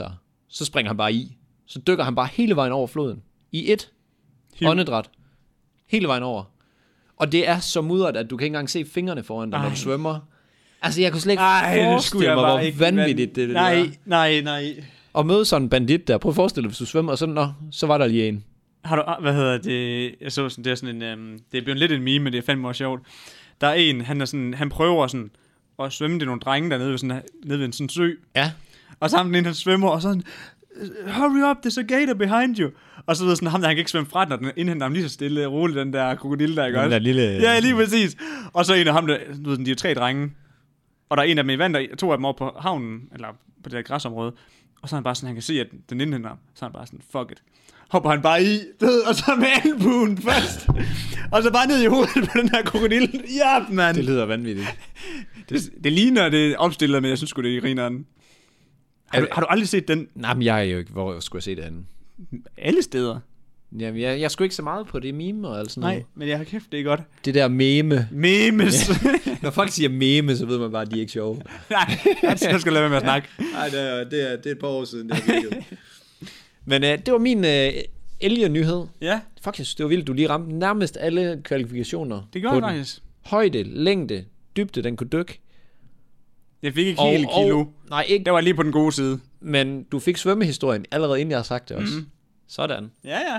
så springer han bare i. Så dykker han bare hele vejen over floden. I et åndedræt. Hele vejen over. Og det er så mudret, at du kan ikke engang se fingrene foran dig, når du svømmer. Altså, jeg kunne slet ikke Ej, forestille mig, hvor ikke vanvittigt det, det nej, der. Nej, nej, Og møde sådan en bandit der. Prøv at forestille dig, hvis du svømmer, og så, nå, så var der lige en. Har du, hvad hedder det, jeg så sådan, det er sådan en, um, det er blevet lidt en meme, men det er fandme også sjovt. Der er en, han er sådan, han prøver sådan, at svømme til nogle drenge dernede ved, sådan, nede ved en sådan sø. Ja. Og så ham den ene, han svømmer, og sådan, hurry up, there's a gator behind you. Og så ved sådan, ham der, han kan ikke svømme fra den, og den indhenter ham lige så stille og roligt, den der krokodille der, ikke også? Den der lille... Ja, lige præcis. Og så en af ham der, du ved, de er tre drenge, og der er en af dem i vand, der to af dem over på havnen, eller på det der græsområde, og så er han bare sådan, han kan se, at den indhenter ham, så er han bare sådan, fuck it. Hopper han bare i, ved, og så med albuen først, og så bare ned i hovedet på den her krokodille. Ja, mand. Det lyder vanvittigt. Det, det ligner det opstillet, men jeg synes sgu, det er grineren. Har du, har du aldrig set den? Nej, men jeg er jo ikke, hvor skulle jeg se det henne? Alle steder. Jamen, jeg, jeg skulle ikke så meget på det meme og alt sådan noget. Nej, men jeg har kæft, det er godt. Det der meme. Memes. Ja. Når folk siger meme, så ved man bare, at de er ikke sjove. Nej, jeg skal lade være med at snakke. Nej, det er, det, er, det er et par år siden, det er Men øh, det var min øh, alien-nyhed. Ja. Fuck, jeg synes, det var vildt. Du lige ramte nærmest alle kvalifikationer. Det gjorde jeg faktisk. Højde, længde, dybde, den kunne dykke. Jeg fik ikke hele kilo. Og, nej, ikke. Det var lige på den gode side. Men du fik svømmehistorien allerede inden jeg har sagt det også. Mm-hmm. Sådan. Ja, ja.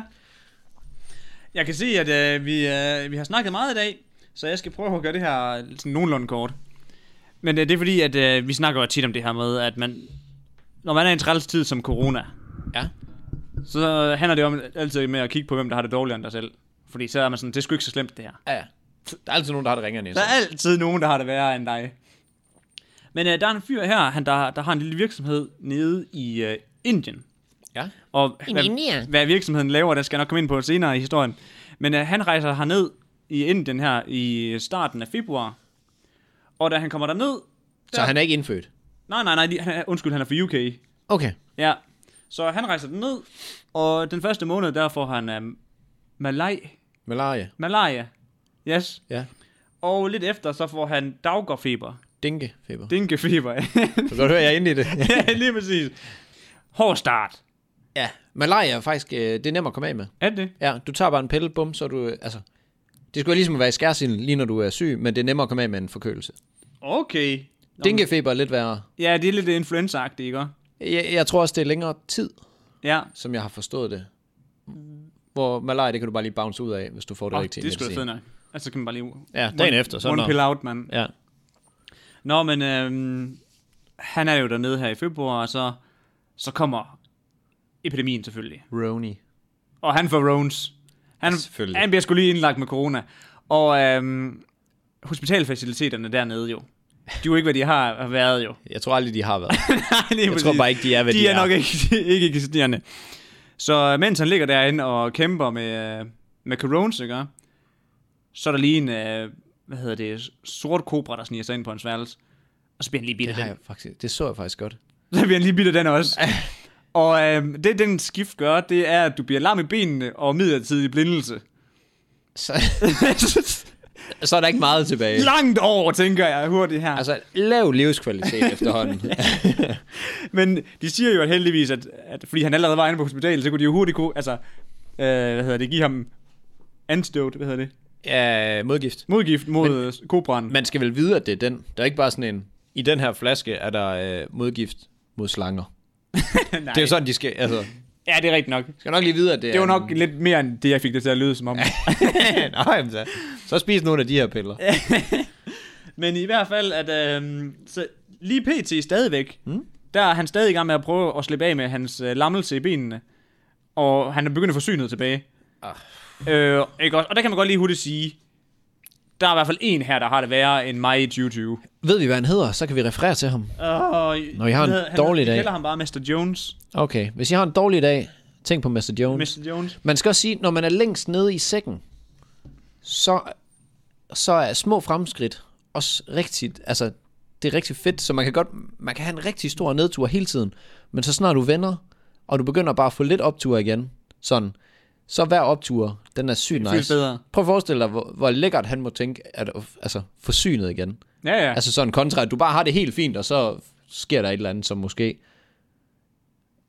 Jeg kan se, at øh, vi, øh, vi har snakket meget i dag, så jeg skal prøve at gøre det her sådan nogenlunde kort. Men øh, det er fordi, at øh, vi snakker jo tit om det her med, at man, når man er i en træls tid som corona, ja, så handler det om altid med at kigge på, hvem der har det dårligere end dig selv. Fordi så er man sådan, det er sgu ikke så slemt det her. Ja, der er altid nogen, der har det ringere end Der er altid nogen, der har det værre end dig. Men øh, der er en fyr her, han, der, der har en lille virksomhed nede i øh, Indien. Ja. Og hvad, hvad virksomheden laver, der skal jeg nok komme ind på senere i historien. Men øh, han rejser herned i Indien her i starten af februar. Og da han kommer derned... Der... Så han er ikke indfødt? Nej, nej, nej. Han er, undskyld, han er fra U K. Okay. Ja. Så han rejser derned, og den første måned, der får han øh, Malaj... Malaria. Malaria. Yes. Ja. Og lidt efter, så får han daggårdfeber. Dinkefeber. Dinkefeber, ja. Du kan godt høre, jeg er inde i det. Ja, lige præcis. Hård start. Ja, malaria er faktisk, det er nemt at komme af med. Er det? Ja, du tager bare en pille, bum, så du, altså, det skulle ligesom være i skærsilden, lige når du er syg, men det er nemmere at komme af med en forkølelse. Okay. Dinkefeber er lidt værre. Ja, det er lidt influenza-agtigt, ikke? Jeg, jeg tror også, det er længere tid, ja, som jeg har forstået det. Hvor malaria, det kan du bare lige bounce ud af, hvis du får det oh, rigtigt. Det er sgu da fedt nok. Altså kan man bare lige... Ja, dagen one, efter. Så one pill out, man. Ja. Nå, men øhm, han er jo dernede her i februar, og så, så kommer epidemien selvfølgelig. Roni. Og han får Rones. Han, han bliver sgu lige indlagt med corona. Og øhm, hospitalfaciliteterne dernede jo. De er jo ikke, hvad de har været jo. Jeg tror aldrig, de har været. Nej, jeg tror bare ikke, de er, hvad de, de er. De er nok ikke, ikke eksisterende. Så mens han ligger derinde og kæmper med, med coronas, ikke? Så er der lige en, hvad hedder det, sort kobra, der sniger sig ind på en sværelse. Og så bliver han lige bidt af den. Faktisk, det så jeg faktisk godt. Så bliver han lige bidt af den også. Og øh, det, den skift gør, det er, at du bliver lam i benene og midlertidig blindelse. Så, så er der ikke meget tilbage. Langt over, tænker jeg hurtigt her. Altså, lav livskvalitet efterhånden. Men de siger jo at heldigvis, at, at fordi han allerede var inde på hospitalet, så kunne de jo hurtigt kunne, altså, øh, hvad hedder det, give ham antidote, hvad hedder det? Ja, modgift. Modgift mod kobraen. Man skal vel vide, at det er den. Der er ikke bare sådan en, i den her flaske er der øh, modgift mod slanger. Det er jo sådan, de skal, altså... Ja, det er rigtigt nok. Skal nok lige vide, at det, det var er... nok en... lidt mere end det, jeg fik det til at lyde som om. Nå, jamen så. Så spis nogle af de her piller. Men i hvert fald, at øh, så lige pt. Stadigvæk, hmm? der er han stadig i gang med at prøve at slippe af med hans øh, lammelse i benene. Og han er begyndt at få synet tilbage. Ah. Øh, ikke også? Og der kan man godt lige hurtigt sige, der er i hvert fald en her, der har det værre end mig i tyve tyve. Ved vi, hvad han hedder? Så kan vi referere til ham. Uh, Når I har en hedder, dårlig han, dag. Jeg kalder ham bare mister Jones. Okay, hvis I har en dårlig dag, tænk på mister Jones. mister Jones. Man skal også sige, når man er længst nede i sækken, så, så er små fremskridt også rigtigt, altså det er rigtig fedt, så man kan godt, man kan have en rigtig stor nedtur hele tiden, men så snart du vender, og du begynder bare at få lidt optur igen, sådan, så hver optur, den er sygt nice. Bedre. Prøv at forestille dig, hvor, hvor lækkert han må tænke, at altså, få synet igen. Ja, ja. Altså sådan kontra, at du bare har det helt fint, og så sker der et eller andet, som måske...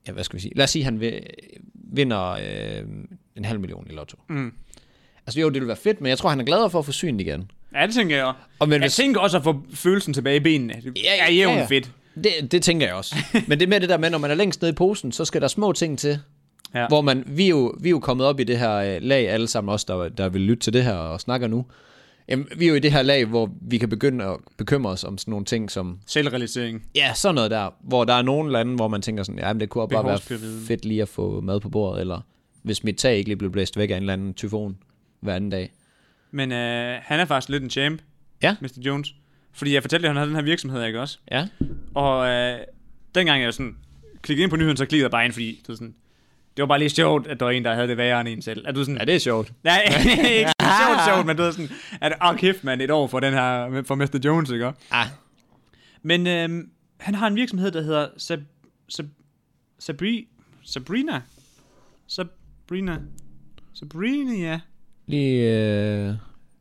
ja, hvad skal vi sige? Lad os sige, at han vinder øh, en halv million i lotto. Mm. Altså jo, det vil være fedt, men jeg tror, han er gladere for at få synet igen. Ja, det tænker jeg også. Og men jeg hvis... tænker også at få følelsen tilbage i benene. Det ja, er jævnt ja, ja. fedt. Det, det tænker jeg også. Men det er med det der med, når man er længst nede i posen, så skal der små ting til. Ja. Hvor man, vi er, jo, vi er jo kommet op i det her lag, alle sammen os, der, der vil lytte til det her og snakker nu. Jamen, vi er jo i det her lag, hvor vi kan begynde at bekymre os om sådan nogle ting som... Selvrealisering. Ja, sådan noget der. Hvor der er nogle lande, hvor man tænker sådan, ja, men det kunne bare være fedt lige at få mad på bordet, eller hvis mit tag ikke lige blev blæst væk af en eller anden tyfon hver anden dag. Men øh, han er faktisk lidt en champ, ja. mister Jones. Fordi jeg fortalte, at han havde den her virksomhed, ikke også? Ja. Og øh, dengang jeg sådan klikkede ind på nyheden, så klikkede jeg bare ind, fordi det var sådan... Det var bare lige sjovt, at der var en, der havde det værre end en selv. Er du sådan... Ja, det er sjovt. Nej, ikke sjovt, sjovt, men du ved sådan... At, åh, kæft, man, et år for den her... For mister Jones, ikke? Ah. Men øh, han har en virksomhed, der hedder... Sab... Sab... Sabri... Sabrina? Sabrina... Sabrina, ja. Lige... Øh...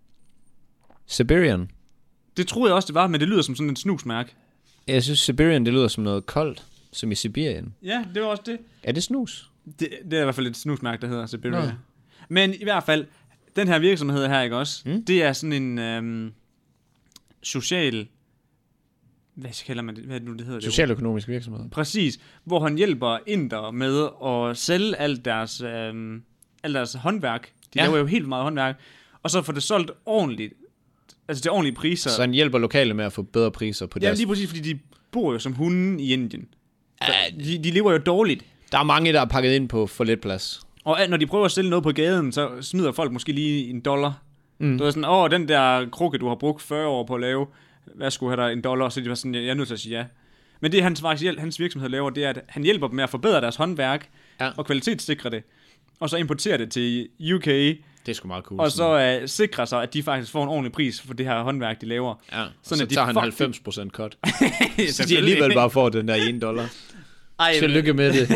Siberian. Det troede jeg også, det var, men det lyder som sådan en snusmærke. Jeg synes, Siberian, det lyder som noget koldt. Som i Sibirien. Ja, det var også det. Er det snus? Det, det er i hvert fald et snusmærke, der hedder Siberia. Nå. Men i hvert fald, den her virksomhed her, ikke også? Mm. Det er sådan en øhm, social... Hvad kalder man det? Hvad er det nu, det hedder? Socialøkonomisk virksomhed. Præcis. Hvor han hjælper inder med at sælge alt deres, øhm, alt deres håndværk. De ja. laver jo helt meget håndværk. Og så får det solgt ordentligt. Altså til ordentlige priser. Så han hjælper lokale med at få bedre priser på deres... Ja, lige præcis, fordi de bor jo som hunden i Indien. Ja, de, de lever jo dårligt. Der er mange, der er pakket ind på for lidt plads. Og når de prøver at sælge noget på gaden, så smider folk måske lige en dollar. Mm. Du er sådan, åh, den der krukke, du har brugt fyrre år på at lave, hvad skulle have der en dollar? Så de var sådan, jeg er nødt til at sige ja. Men det, hans, hans virksomhed laver, det er, at han hjælper dem med at forbedre deres håndværk, ja. og kvalitetssikre det. Og så importerer det til U K. Det er sgu meget cool. Og så uh, sikrer sig, at de faktisk får en ordentlig pris for det her håndværk, de laver. Ja, og sådan, så at tager de han fuck... halvfems procent cut. Så de alligevel bare får den der en dollar. Ej, tillykke med det.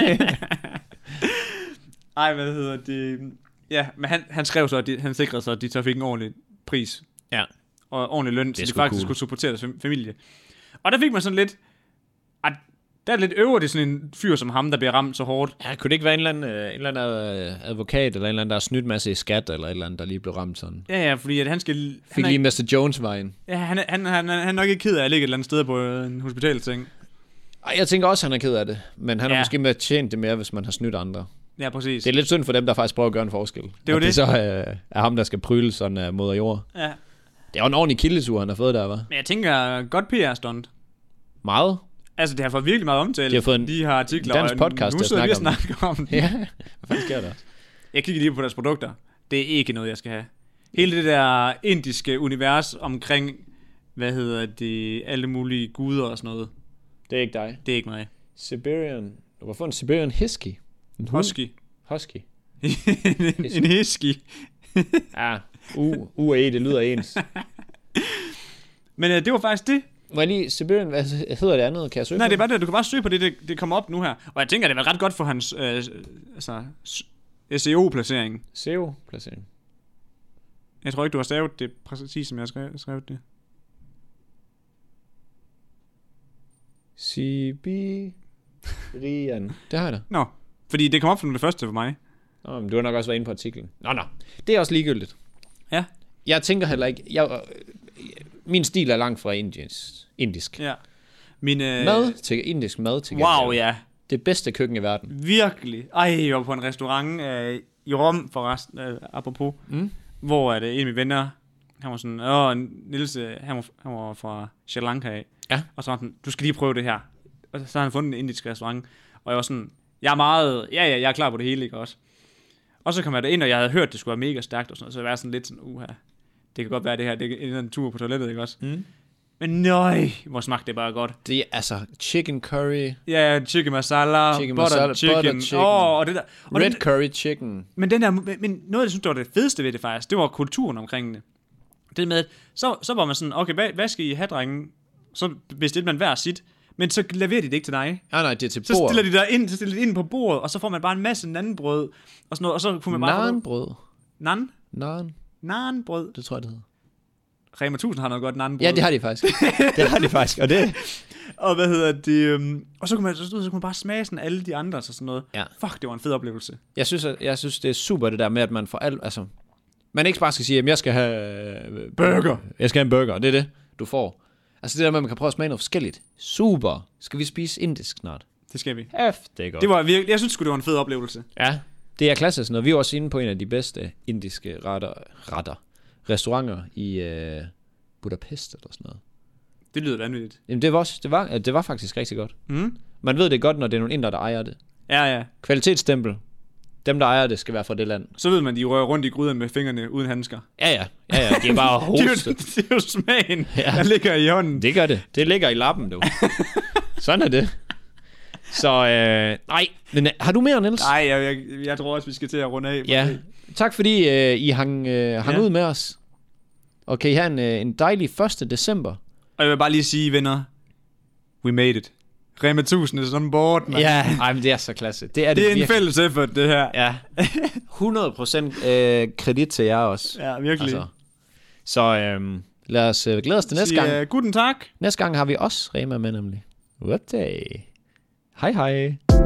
Ej, hvad hedder det? Ja, men han, han skrev så, at de, han sikrede sig, at de så fik en ordentlig pris. Ja. Og ordentlig løn, så de faktisk cool. skulle supportere deres familie. Og der fik man sådan lidt... At der er lidt øvre, det sådan en fyr som ham, der bliver ramt så hårdt. Ja, kunne det ikke være en eller anden, en eller anden advokat, eller en eller anden, der har snydt masse i skat, eller et eller andet, der lige blev ramt sådan? Ja, ja, fordi at han skal... Fik lige mister Jones-vejen. Ja, han, han, han, han er nok ikke ked af at ligge et eller andet sted på en hospitalseng. Jeg tænker også, han er ked af det. Men han har ja. måske med tjent det mere, hvis man har snydt andre. Ja, præcis. Det er lidt synd for dem, der faktisk prøver at gøre en forskel. Det er jo det. Det så øh, er ham, der skal pryle sådan af uh, moder jord. Ja. Det er jo en ordentlig kildetur, han har fået der, hva'? Men jeg tænker, godt P R-stunt. Meget? Altså, det har fået virkelig meget omtale. De har fået en de har artikler, dansk podcast, nu sidder vi og snakker om det. Ja, hvad fanden sker der? Jeg kigger lige på deres produkter. Det er ikke noget, jeg skal have. Hele det der indiske univers omkring, hvad hedder det, alle mulige guder og sådan noget. Det er ikke dig. Det er ikke mig. Siberian. Du kan få en Siberian Husky. En husky. Husky. en, en husky. Ja, U, U og E, det lyder ens. Men øh, det var faktisk det. Må jeg lige, Siberian, hvad hedder det andet? Kan jeg søge Nej, på? det er bare det. Du kan bare søge på det, det, det kommer op nu her. Og jeg tænker, det var ret godt for hans øh, altså, S E O-placering. S E O-placering? Jeg tror ikke, du har stavet det præcis, som jeg har skrevet, skrevet det. Siberian. Det har jeg da. Nå, fordi det kom op som det første for mig. Nå, men du har nok også været inde på artiklen. Nå, nå. Det er også ligegyldigt. Ja. Jeg tænker heller ikke... Jeg, min stil er langt fra indisk. indisk. Ja. Min, øh... Mad til indisk mad til wow, ja. Det bedste køkken i verden. Virkelig. Ej, jeg var på en restaurant øh, i Rom, forresten, øh, apropos, mm. hvor er det en af mine venner, han var sådan, åh, Niels, han var, han var fra Sri Lanka af. Ja. Og så var han, du skal lige prøve det her. Og så har han fundet en indisk restaurant, og jeg var sådan, jeg er meget, ja, ja, jeg er klar på det hele, ikke også? Og så kom jeg derind, og jeg havde hørt, det skulle være mega stærkt og sådan noget, så jeg var sådan lidt sådan, uha, det kan godt være det her, det er en tur på toilettet, ikke også? Mm. Men nøj, hvor smagte det bare godt. Det er altså chicken curry. Ja, chicken masala, chicken butter, masala, chicken. butter chicken. Oh, og det der. Og red den, curry chicken. Men, den der, men noget, jeg synes, det var det fedeste ved det faktisk, det var kulturen omkring det. Det med, så, så var man sådan, okay, hvad, hvad skal I have, drenge? Så bestilte man hver sit, men så leverer de det ikke til dig. Nej, nej, det er til bord. Så stiller de der ind, så stiller de ind på bordet, og så får man bare en masse nanbrød, og sådan noget, og så kunne man bare... Nanbrød? Nan? Nan? Nanbrød. Det tror jeg, det hedder. Rema tusind har noget godt nanbrød. Ja, det har de faktisk. det har de faktisk, og det... Og hvad hedder det? Um, og så kunne, man, så, så kunne man bare smage sådan alle de andre og sådan noget. Ja. Fuck, det var en fed oplevelse. Jeg synes, at, jeg synes, det er super det der med, at man får alt... Altså, man ikke bare skal sige, at jeg skal have... Burger. Jeg skal have en burger, det er det, du får. Altså det der med, at man kan prøve at smage noget forskelligt. Super. Skal vi spise indisk snart? Det skal vi. Hæft, det er godt. Det var virkelig, jeg synes sgu, det var en fed oplevelse. Ja, det er klasse sådan noget. Vi var også inde på en af de bedste indiske retter, retter restauranter i øh, Budapest eller sådan noget. Det lyder vanvittigt. Jamen det var, også, det var, det var faktisk rigtig godt. Mm. Man ved det godt, når det er nogle indere, der ejer det. Ja, ja. Kvalitetsstempel. Dem, der ejer det, skal være fra det land. Så ved man, de rører rundt i gryden med fingrene uden handsker. Ja, ja. Ja, ja. De er bare hostet. det, er jo, det er jo smagen, ja. der ligger i hånden. Det gør det. Det ligger i lappen, du. Sådan er det. Så, øh, nej. Men har du mere, Niels? Nej, jeg, jeg, jeg tror også, vi skal til at runde af. Ja. Tak fordi øh, I hang, øh, hang ja. ud med os. Og kan I have en, øh, en dejlig første december. Og jeg vil bare lige sige, venner, we made it. Rema tusind er sådan board, man. Ja, ej, men det er så klasse. Det er, det det er virkelig. en fælles effort, det her. Ja, hundrede procent øh, kredit til jer også. Ja, virkelig. Altså. Så øh, lad os øh, glæde os til næste gang. Uh, guten tak. Næste gang har vi også Rema med, nemlig. What day? Hej hej.